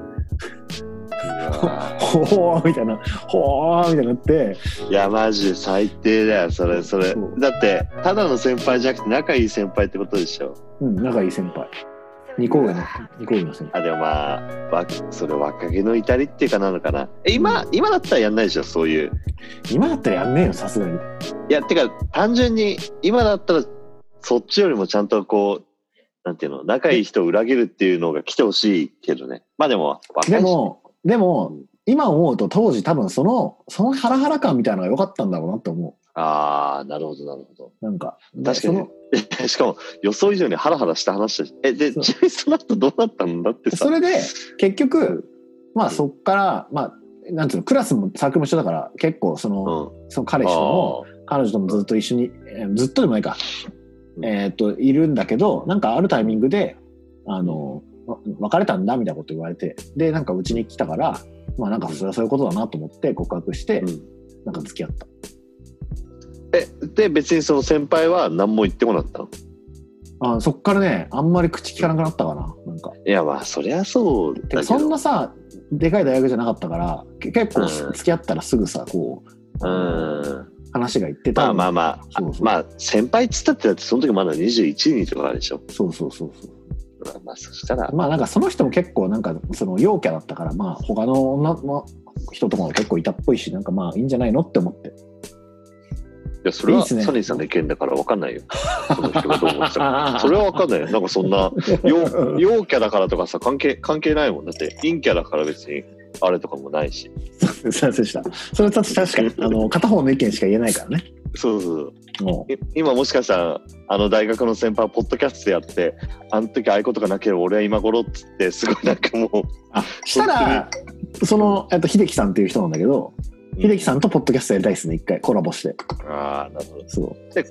ほーみたいな、ほーみたいになって、 いやマジで最低だよそれだってただの先輩じゃなくて仲いい先輩ってことでしょ。 うん、仲いい先輩、2個上の先輩。 でもまあそれ若気の至りっていうかなのかな。今だったらやんないでしょそういう。 今だったらやんねえよさすがに。 いやてか単純に今だったらそっちよりもちゃんとこうなんていうの仲いい人を裏切るっていうのが来てほしいけどね。まあでも若いしでも今思うと当時多分そのハラハラ感みたいなのが良かったんだろうなって思う。 ああなるほど。なんか確かにしかも予想以上にハラハラした話だし。でちなみにその後どうなったんだってさ。 それで結局まあそっからまあなんていうのクラスもサークルも一緒だから結構その彼氏とも彼女ともずっと一緒にずっとでもないかいるんだけど、なんかあるタイミングで別れたんだみたいなこと言われて、でなんかうちに来たからまあなんかそれはそういうことだなと思って告白して、なんか付き合った。 で別にその先輩は何も言ってこなかったの？ そっからねあんまり口聞かなくなったかな。なんかいやまあそりゃそうだけどそんなさでかい大学じゃなかったから結構付き合ったらすぐさこう話が言ってた。 まあ先輩っつったってだってその時まだ21人とかでしょ。そうまあそしたらまあなんかその人も結構なんかその陽キャだったから、まあ他の女の人とかも結構いたっぽいし、なんかまあいいんじゃないのって思って。 いやそれはサニーさんの意見だから分かんないよ。その人がどう思ってたかそれは分かんないよ。なんかそんな陽キャだからとかさ関係ないもん。だって陰キャだから別にあれとかもないし。 そうでした。それは確かに片方の意見しか言えないからね。 そう今もしかしたら大学の先輩ポッドキャストやってあの時ああいうことがなければ俺は今頃っつってすごいなんかもうしたらその秀樹さんっていう人なんだけど、秀樹さんとポッドキャストやりたいですね、一回コラボして。 ああなるほど。 そう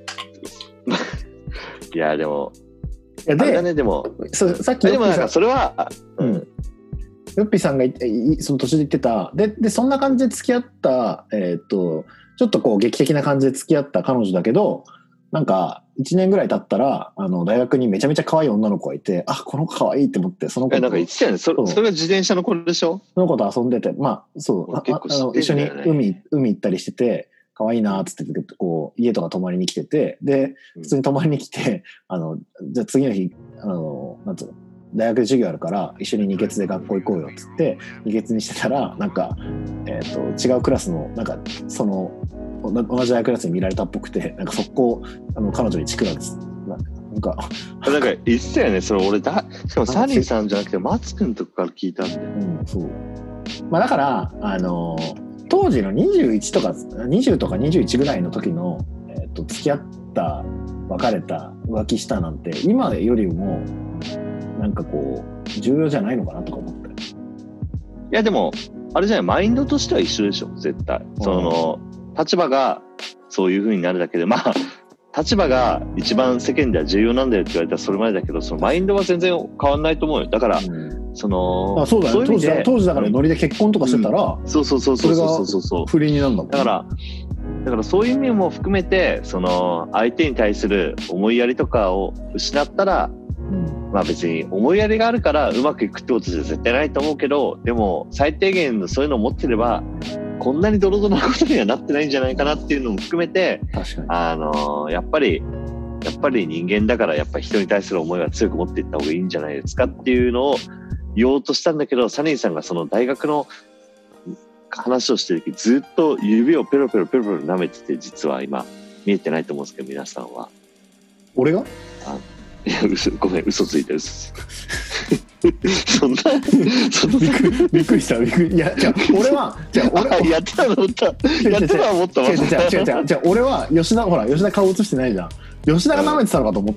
いやでもであれだね。でもさっきでもなんかそれはヨッピーさんがその途中で言ってたでそんな感じで付き合ったちょっとこう劇的な感じで付き合った彼女だけど、なんか1年ぐらい経ったら大学にめちゃめちゃ可愛い女の子がいて、あこの子可愛いって思って、その子となんか言ってたよね。それが自転車の子でしょ。 その子と遊んでて、まあそう一緒に海行ったりしてて可愛いなーっつってこう家とか泊まりに来てて、で普通に泊まりに来てじゃあ次の日なんつうの大学で授業あるから一緒に二血で学校行こうよっつって二血にしてたら、なんか違うクラスのなんかその同じ大学クラスに見られたっぽくて、なんか速攻彼女にチクらです。なんか言ってたよね。それ俺しかもサニーさんじゃなくてマツくんとかから聞いたんで。 そうまあだから当時の21とか20とか21ぐらいの時の付き合った別れた浮気したなんて今よりもなんかこう重要じゃないのかなとか思って。いやでもあれじゃない、マインドとしては一緒でしょ絶対。その立場がそういう風になるだけで、まあ立場が一番世間では重要なんだよって言われたらそれまでだけど、そのマインドは全然変わんないと思うよ。だから、そのそうだね、当時だからノリで結婚とかしてたら、 そう不倫になるんだもん。 だからそういう意味も含めて、その相手に対する思いやりとかを失ったら、まあ別に思いやりがあるからうまくいくってことじゃ絶対ないと思うけど、でも最低限のそういうのを持ってればこんなにドロドロなことにはなってないんじゃないかなっていうのも含めて、 確かにやっぱり人間だからやっぱり人に対する思いは強く持っていった方がいいんじゃないですかっていうのを言おうとしたんだけど、サニーさんがその大学の話をしてる時ずっと指をペロペロ舐めてて、実は今見えてないと思うんですけど、皆さんは。 俺がいやごめん嘘ついたそんなびっくりした。いやじゃあ俺はやってたと思ったじゃあ俺は吉田顔映してないじゃん。吉田が舐めてたのかと思って、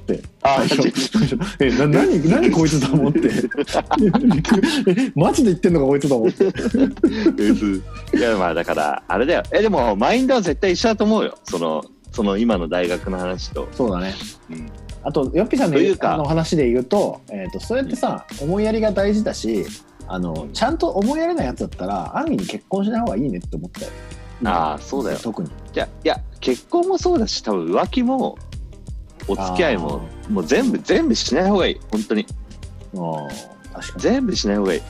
何こいつと思ってマジで言ってんのかこいつと思っていやまあだからあれだよ。でもマインドは絶対一緒だと思うよ。そその今の大学の話と。 そうだね。 うんあとヨッピーさんというかの話で言うと、そうやってさ、思いやりが大事だし、ちゃんと思いやりなやつだったらアンミに結婚しない方がいいねって思ったよ。 ああそうだよ。 特に。 いや結婚もそうだし、多分浮気もお付き合いももう全部しない方がいい。本当に。 確かに。 全部しない方がいい。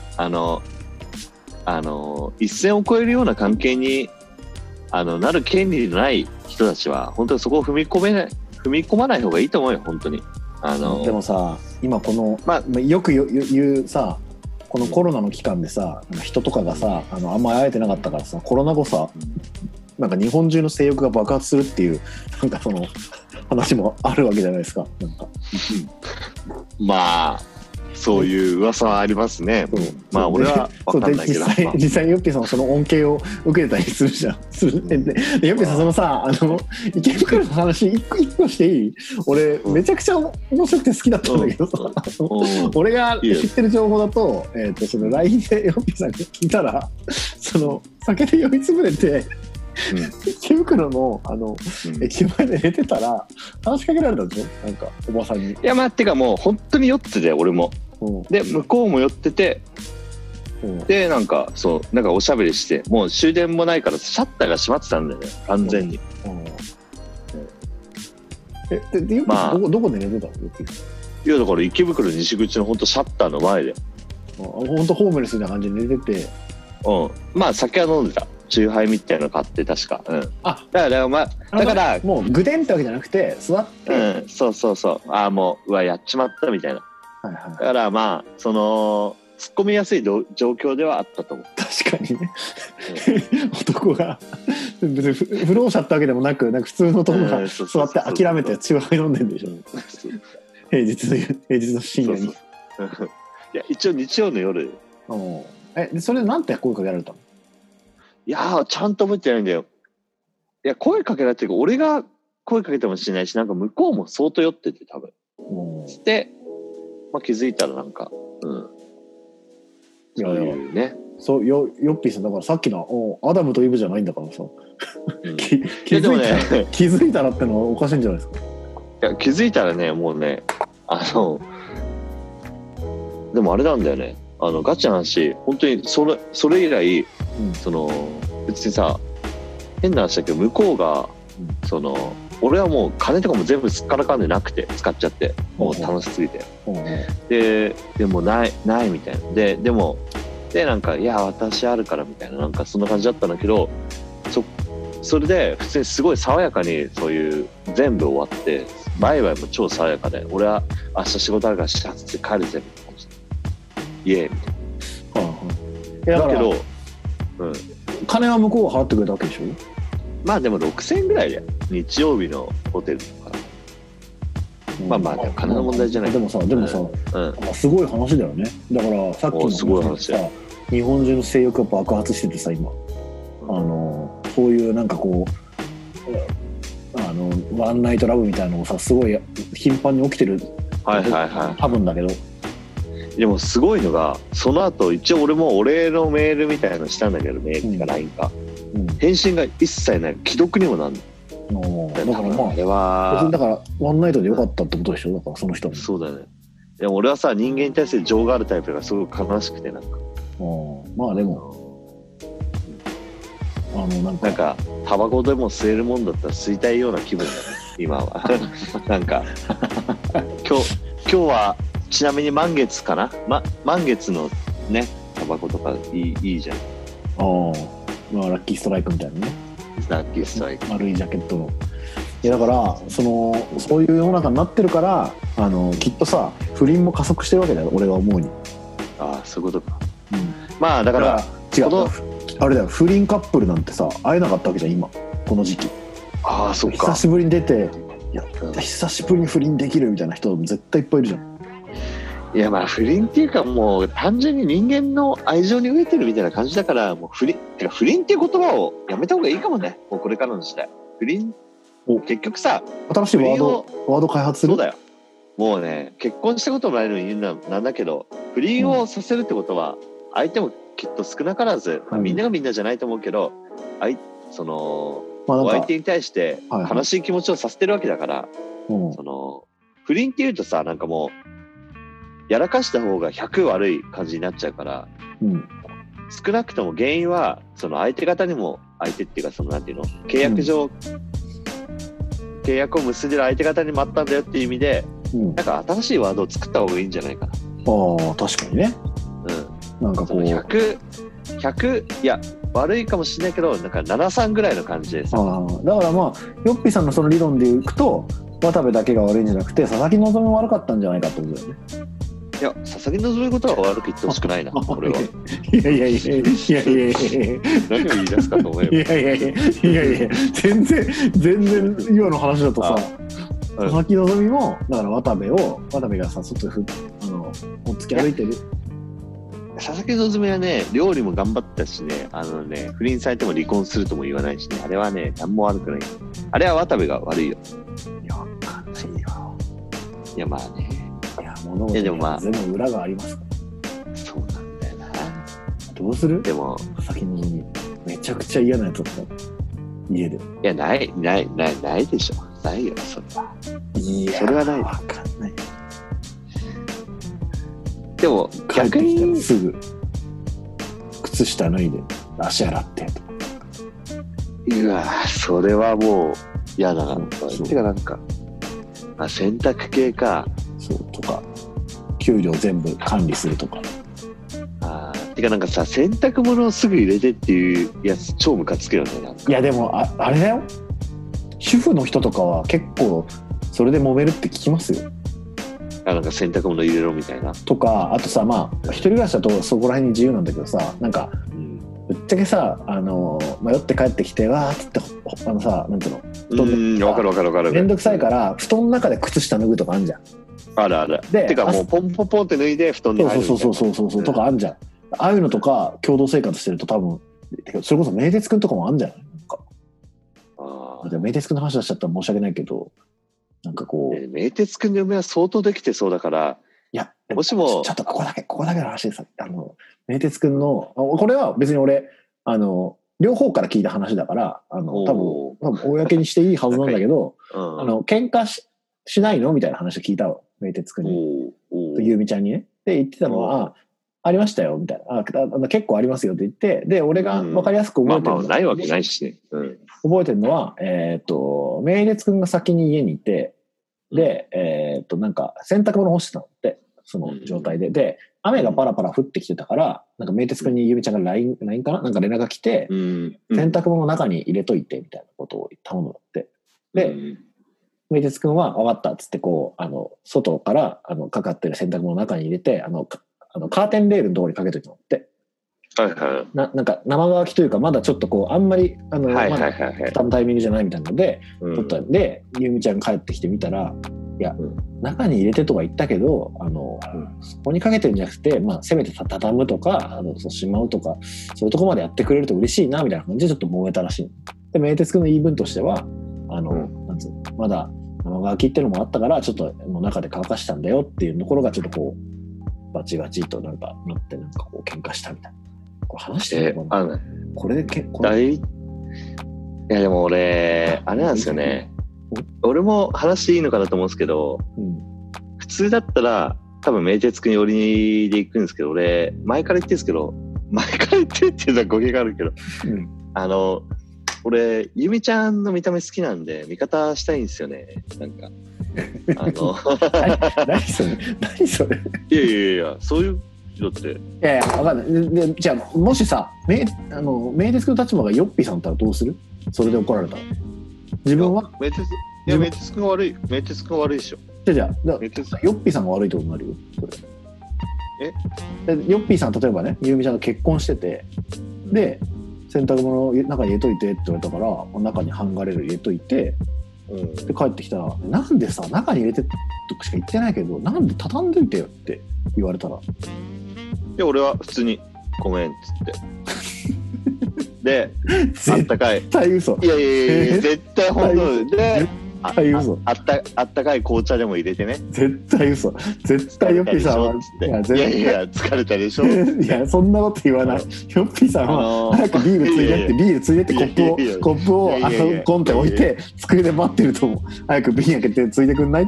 一線を越えるような関係になる権利のない人たちは本当にそこを踏み込まない方がいいと思うよ。本当に。 でもさ、今この、よく言うさ、このコロナの期間でさ、人とかがさ、あんまり会えてなかったからさ、コロナ後さ、なんか日本中の性欲が爆発するっていう、なんかその話もあるわけじゃないですか。なんかまあそういう噂はありますね。まあ俺は分かんないけど、 実際にヨッピーさんはその恩恵を受けてたりするじゃん。でヨッピーさんそのさ、池袋の話一個していい？俺めちゃくちゃ面白くて好きだったんだけどさ、俺が知ってる情報だと、その LINE でヨッピーさんが聞いたら、その酒で酔いつぶれて池袋の駅前で寝てたら話しかけられたんでしょ、なんかおばさんに。 いやまあてかもう本当に酔ってて俺も。で向こうも寄ってて、でなんかおしゃべりして、もう終電もないからシャッターが閉まってたんだよね、完全に。 でまあどこで寝てたの？ いやだから池袋西口の本当シャッターの前で、 本当ホームレスな感じで寝てて、 まあ酒は飲んでた、チューハイみたいなの買って確か。だからもうグデンってわけじゃなくて座って、 そうもうやっちまったみたいな。だからまあその突っ込みやすい状況ではあったと思う。 確かにね、男が別に不老者ってわけでもなく、なんか普通の男が座って諦めてチューハイ飲んでるんでしょ、平日の深夜に。いや一応日曜の夜。 でそれなんて声かけられたの？ いやちゃんと覚えてないんだよ。いや声かけられてるか、俺が声かけてもしれないし、なんか向こうも相当酔ってて多分。で気づいたらなんか、そういうね。 そうヨッピーさんだからさっきのアダムとイブじゃないんだからさ、気づいたらってのはおかしいんじゃないですか。 いや気づいたらね、もうねでもあれなんだよね、ガチな話、本当にそれ以来、別にさ変な話だけど向こうが、俺はもう金とかも全部すっからかんでなくて使っちゃって、もう楽しすぎて、でもないみたいなでもなんかいや私あるからみたいな、なんかそんな感じだったんだけど、それで普通にすごい爽やかにそういう全部終わって、バイバイも超爽やかで、俺は明日仕事あるからシャツで帰るぜみたいな感じで、イエーイみたいな。だけど、 金は向こうが払ってくれたわけでしょ。 まあでも6000円ぐらいで日曜日のホテルとか、まあ金の問題じゃない。 でもさ、すごい話だよね。だからさっきのすごい話だよ。 日本中の性欲が爆発しててさ、今そういうなんかこうワンナイトラブみたいなのをさ、すごい頻繁に起きてる、多分だけど。 でもすごいのが、その後一応俺もお礼のメールみたいなのしたんだけど、メールか LINE か、返信が一切ない、既読にもなんない。 だからまあ、あれはだからワンナイトでよかったってことでしょ。だからその人もそうだね。でも俺はさ、人間に対する情があるタイプがすごく悲しくて、なんかまあでもなんかタバコでも吸えるもんだったら吸いたいような気分だね今はなんか今日はちなみに満月かな、満月のねタバコとかいいじゃん。 まあラッキーストライクみたいなね。 ラッキーストライク、 丸いジャケットの。いやだからそういう世の中になってるから、きっとさ不倫も加速してるわけだよ、俺が思うに。 そういうことか。まあだから違う、あれだよ、不倫カップルなんてさ会えなかったわけじゃん今この時期。 そっか。 久しぶりに出て、久しぶりに不倫できるみたいな人絶対いっぱいいるじゃん。 いやまあ不倫っていうか、もう単純に人間の愛情に飢えてるみたいな感じだから、もう不倫っていう言葉をやめた方がいいかもね、もうこれからの時代。不倫結局さ、 新しいワード開発する。 そうだよ。もうね、結婚したこともないのに言うのはなんだけど、不倫をさせるってことは相手もきっと少なからず、みんながみんなじゃないと思うけど、 まあなんかお相手に対してはいはい悲しい気持ちをさせてるわけだから、 うんその不倫っていうとさ、なんかもうやらかした方が100悪い感じになっちゃうから、 うん少なくとも原因はその相手方にも、相手っていうかそのなんていうの、契約上、契約を結んでる相手方にもあったんだよっていう意味で、 うん、 なんか新しいワードを作った方がいいんじゃないかな。 ああ確かにね。なんかそのこう 100いや悪いかもしれないけど、なんか73ぐらいの感じでさ、 だからまあヨッピーさんのその理論でいくと渡部だけが悪いんじゃなくて佐々木希も悪かったんじゃないかってことだよね。 いや佐々木希のことは悪く言ってほしくないなこれは。 いやいやいやいやいやいや何を言い出すかと思えば、 いやいやいやいやいや全然今の話だとさ、佐々木希もだから渡部がさ外でお付き歩いてる。 佐々木希はね、料理も頑張ったしね、不倫されても離婚するとも言わないしね、あれはね、何も悪くない。あれは渡部が悪いよ。 いやわかんないよ。 いやまあね、 いや物事には全部裏がありますから。 そうなんだよな。 どうする？ でも佐々木希めちゃくちゃ嫌なやつだった家で。 いやないでしょ。ないよそれは。 いやそれはない。 わかんない。 でも帰って逆にきたらすぐ靴下脱いで足洗ってと。 うわそれはもう嫌だな。 そうてかなんか洗濯系か。 そうとか給料全部管理するとか。 てかなんかさ、洗濯物をすぐ入れてっていうやつ超ムカつくよね。なんかいやでもあれだよ、主婦の人とかは結構それで揉めるって聞きますよ。 なんか洗濯物入れろみたいなとか、あとさ、まあ一人暮らしだとそこら辺に自由なんだけどさ、なんかぶっちゃけさ、迷って帰ってきてわーっつってさ、なんていうの、布団でわかるめんどくさいから布団の中で靴下脱ぐとかあんじゃん。 あるでてかもうポンポンポンって脱いで布団に入るみたいな。 そうとかあんじゃん。ああいうのとか共同生活してると多分、それこそ名鉄くんとかもあんじゃない？なんか名鉄くんの話出しちゃったら申し訳ないけど、なんかこう、 名鉄くんの嫁は相当できてそうだから、 いやもしもちょっとここだけの話でさ、名鉄くんのこれは別に俺両方から聞いた話だから多分公にしていいはずなんだけど喧嘩しないのみたいな話を聞いたわ、名鉄くんにとゆうみちゃんにね。で言ってたのはありましたよみたいな、結構ありますよって言って、で俺が分かりやすく覚えてるのは、 ないわけないしね、 覚えてるのは名鉄くんが先に家にいて、でなんか洗濯物干してたのってその状態で、で雨がパラパラ降ってきてたから、なんか名鉄くんにゆみちゃんが LINE かな、なんか連絡が来て、洗濯物の中に入れといてみたいなことを頼むのって。で名鉄くんは分かったっつってこう外からかかってる洗濯物の中に入れてカーテンレールのところにかけといたのって。なんか生乾きというか、まだちょっとこうあんまりまだ蓋のタイミングじゃないみたいなので、取ったんで、ゆみちゃんが帰ってきてみたら、いや、中に入れてとか言ったけどそこにかけてるんじゃなくて、せめて畳むとかしまうとか、そういうとこまでやってくれると嬉しいなみたいな感じでちょっと揉めたらしい。で名鉄くんの言い分としてはなんつうの、まだ生乾きっていうのもあったからちょっと中で乾かしたんだよっていうところがちょっとこうバチバチとなんかなって、なんかこう喧嘩したみたいな。これ話してるのかな、これでいやでも俺あれなんですよね、俺も話していいのかなと思うんですけど、普通だったら多分名鉄くん寄りで行くんですけど、俺前から言ってるんですけど、前から言ってるっていうのは語弊があるけど、俺ゆみちゃんの見た目好きなんで味方したいんですよね。なんか何それいやそういうだって、 いや分かんない。じゃあもしさ名鉄くんの立場がヨッピーさんだったらどうする？それで怒られたら自分は名鉄くんが悪いでしょ。 じゃあヨッピーさんが悪いってことになるよそれ。ヨッピーさん例えばね、ゆうみちゃんと結婚してて、で洗濯物を中に入れといてって言われたから、中にハンガーレール入れといて、で帰ってきたら、なんでさ中に入れてとかしか言ってないけど、なんで畳んどいてよって言われたら、 で俺は普通にごめんっつってであったかい、 絶対嘘。 いや絶対本当で対嘘。 あったかい紅茶でも入れてね。 絶対嘘。絶対ヨッピーさんは。 いや疲れたでしょ。 いやそんなこと言わない。ヨッピーさんは早くビールついでってビールついでってコップをコンテ置いて机で待ってると思う。早く瓶開けてついでくんないって。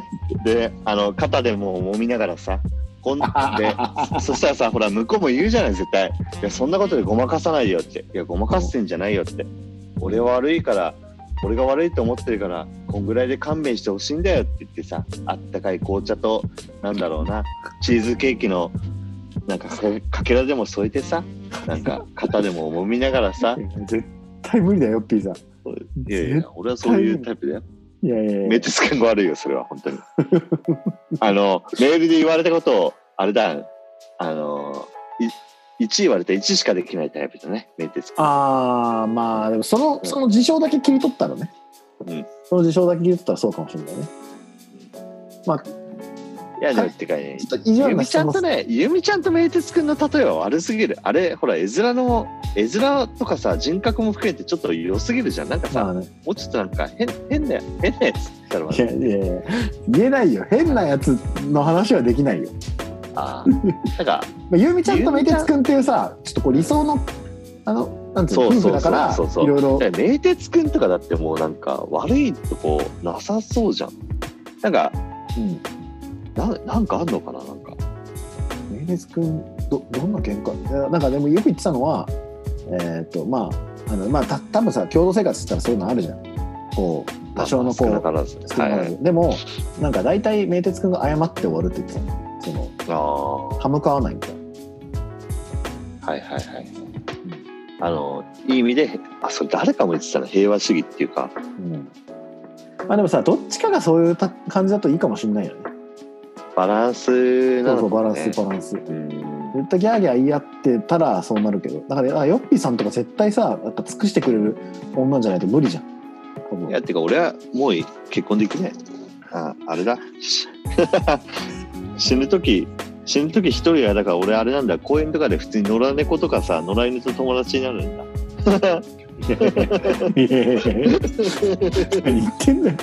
で肩でも揉みながらさ。でそしたらさほら向こうも言うじゃない絶対。いやそんなことでごまかさないでよって。いやごまかしてんじゃないよって。俺は悪いから俺が悪いと思ってるからこんぐらいで勘弁してほしいんだよって言ってさあったかい紅茶となんだろうなチーズケーキのなんかかけらでも添えてさなんか肩でも揉みながらさ絶対無理だよヨッピーさん。 いやいや俺はそういうタイプだよ。 いやメンテツ君が悪いよそれは本当に。メールで言われたことをあれだ1言われた1しかできないタイプだねメンテツ君。 ああまあでもその事象だけ切り取ったらね、その事象だけ切り取ったらそうかもしれないね。まあいやでもってかね、 ゆみちゃんとメンテツ君の例えは悪すぎる。あれほら絵面とかさ人格も含めてちょっと良すぎるじゃん。なんかさ、もうちょっとなんか変なやつって言ったらいや言えないよ。変なやつの話はできないよ。 なんかゆみちゃんとメンテツ君っていうさちょっとこう理想のなんていうの夫婦だからいろいろ。 メンテツ君とかだってもうなんか悪いとこなさそうじゃん。なんかなんかあんのかななんか。 メンテツ君どんな喧嘩なんかでもよく言ってたのは多分さ共同生活って言ったらそういうのあるじゃん。こう多少のこう、でもなんか大体メンテツ君が謝って終わるって言ってたの。歯向かわないみたいな。 いい意味でそれ誰かも言ってたの平和主義っていうか。 でもさどっちかがそういう感じだといいかもしれないよね。 バランスなのかもね。 バランス。絶対ギャーギャー言い合ってたらそうなるけどだからヨッピーさんとか絶対さやっぱ尽くしてくれる女じゃないと無理じゃん。 いやってか俺はもう結婚できない。あれだ死ぬ時一人やだから俺あれなんだ公園とかで普通に野良猫とかさ野良犬と友達になるんだ。 何言ってんだよ。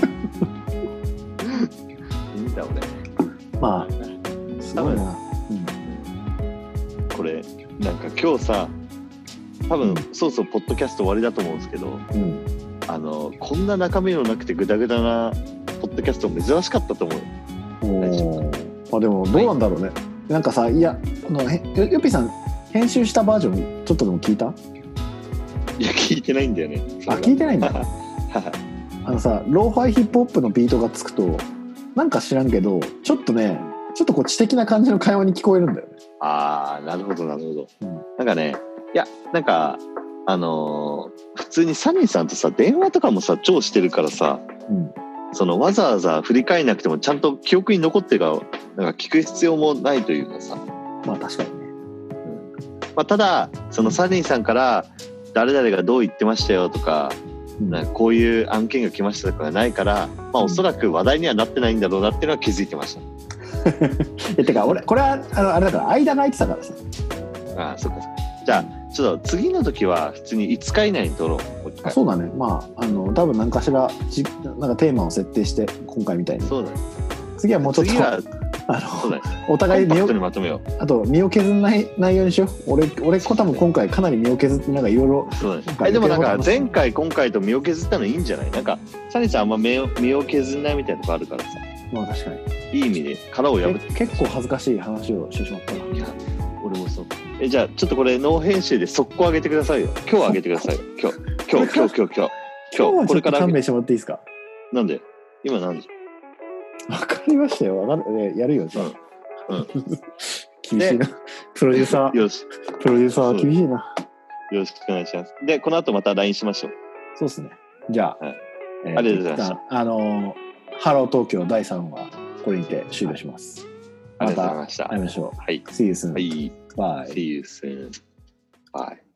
いいんだ俺。 まあすごいな。これなんか今日さ多分そうそうポッドキャスト終わりだと思うんですけど、こんな中身のなくてグダグダなポッドキャスト珍しかったと思う。 でもどうなんだろうね。なんかさいやヨッピーさん編集したバージョンちょっとでも聞いた？ いや聞いてないんだよね。 聞いてないんだ。さローファイヒップホップのビートがつくとなんか知らんけどちょっとこう知的な感じの会話に聞こえるんだよね。 なるほど、なんかねいやなんか普通にサニーさんとさ電話とかもさ超してるからさ、そのわざわざ振り返んなくてもちゃんと記憶に残ってるからなんか聞く必要もないというかさ。 まあ確かにね。 ただそのサニーさんから誰々がどう言ってましたよとか、なんかこういう案件が来ましたとかがないから、おそらく話題にはなってないんだろうなっていうのは気づいてました。 てか俺これはあれだから間が空いてたからさ。 そっか。じゃあちょっと次の時は普通に5日以内に撮ろう。 そうだね。多分何かしらなんかテーマを設定して今回みたいに。そうだね。次はもうちょっとそうだね、お互い身をまとめよう。あと身を削らない内容にしよう。俺多分今回かなり身を削ってなんかいろいろ。 でもなんか前回今回と身を削ったのいいんじゃない？なんかサニーさんあんま身を削らないみたいなとこあるからさ。 まあ確かに。 いい意味で殻を破って結構恥ずかしい話をしてしまったな。 いや俺もそう。じゃあちょっとこれノー編集で速攻上げてくださいよ。今日上げてくださいよ。今日これから勘弁してもらっていいですか？ なんで？今何時？ わかりましたよ。やるよじゃあ。厳しいな。プロデューサー。 よし。 プロデューサー厳しいな。 よろしくお願いします。でこの後また LINE しましょう。 そうですね。じゃあ、 ありがとうございました。 ハロー東京第3話これにて終了します。 ありがとうございました。 会いましょう。 はい。 See you soon. はい。 Bye. See you soon. Bye.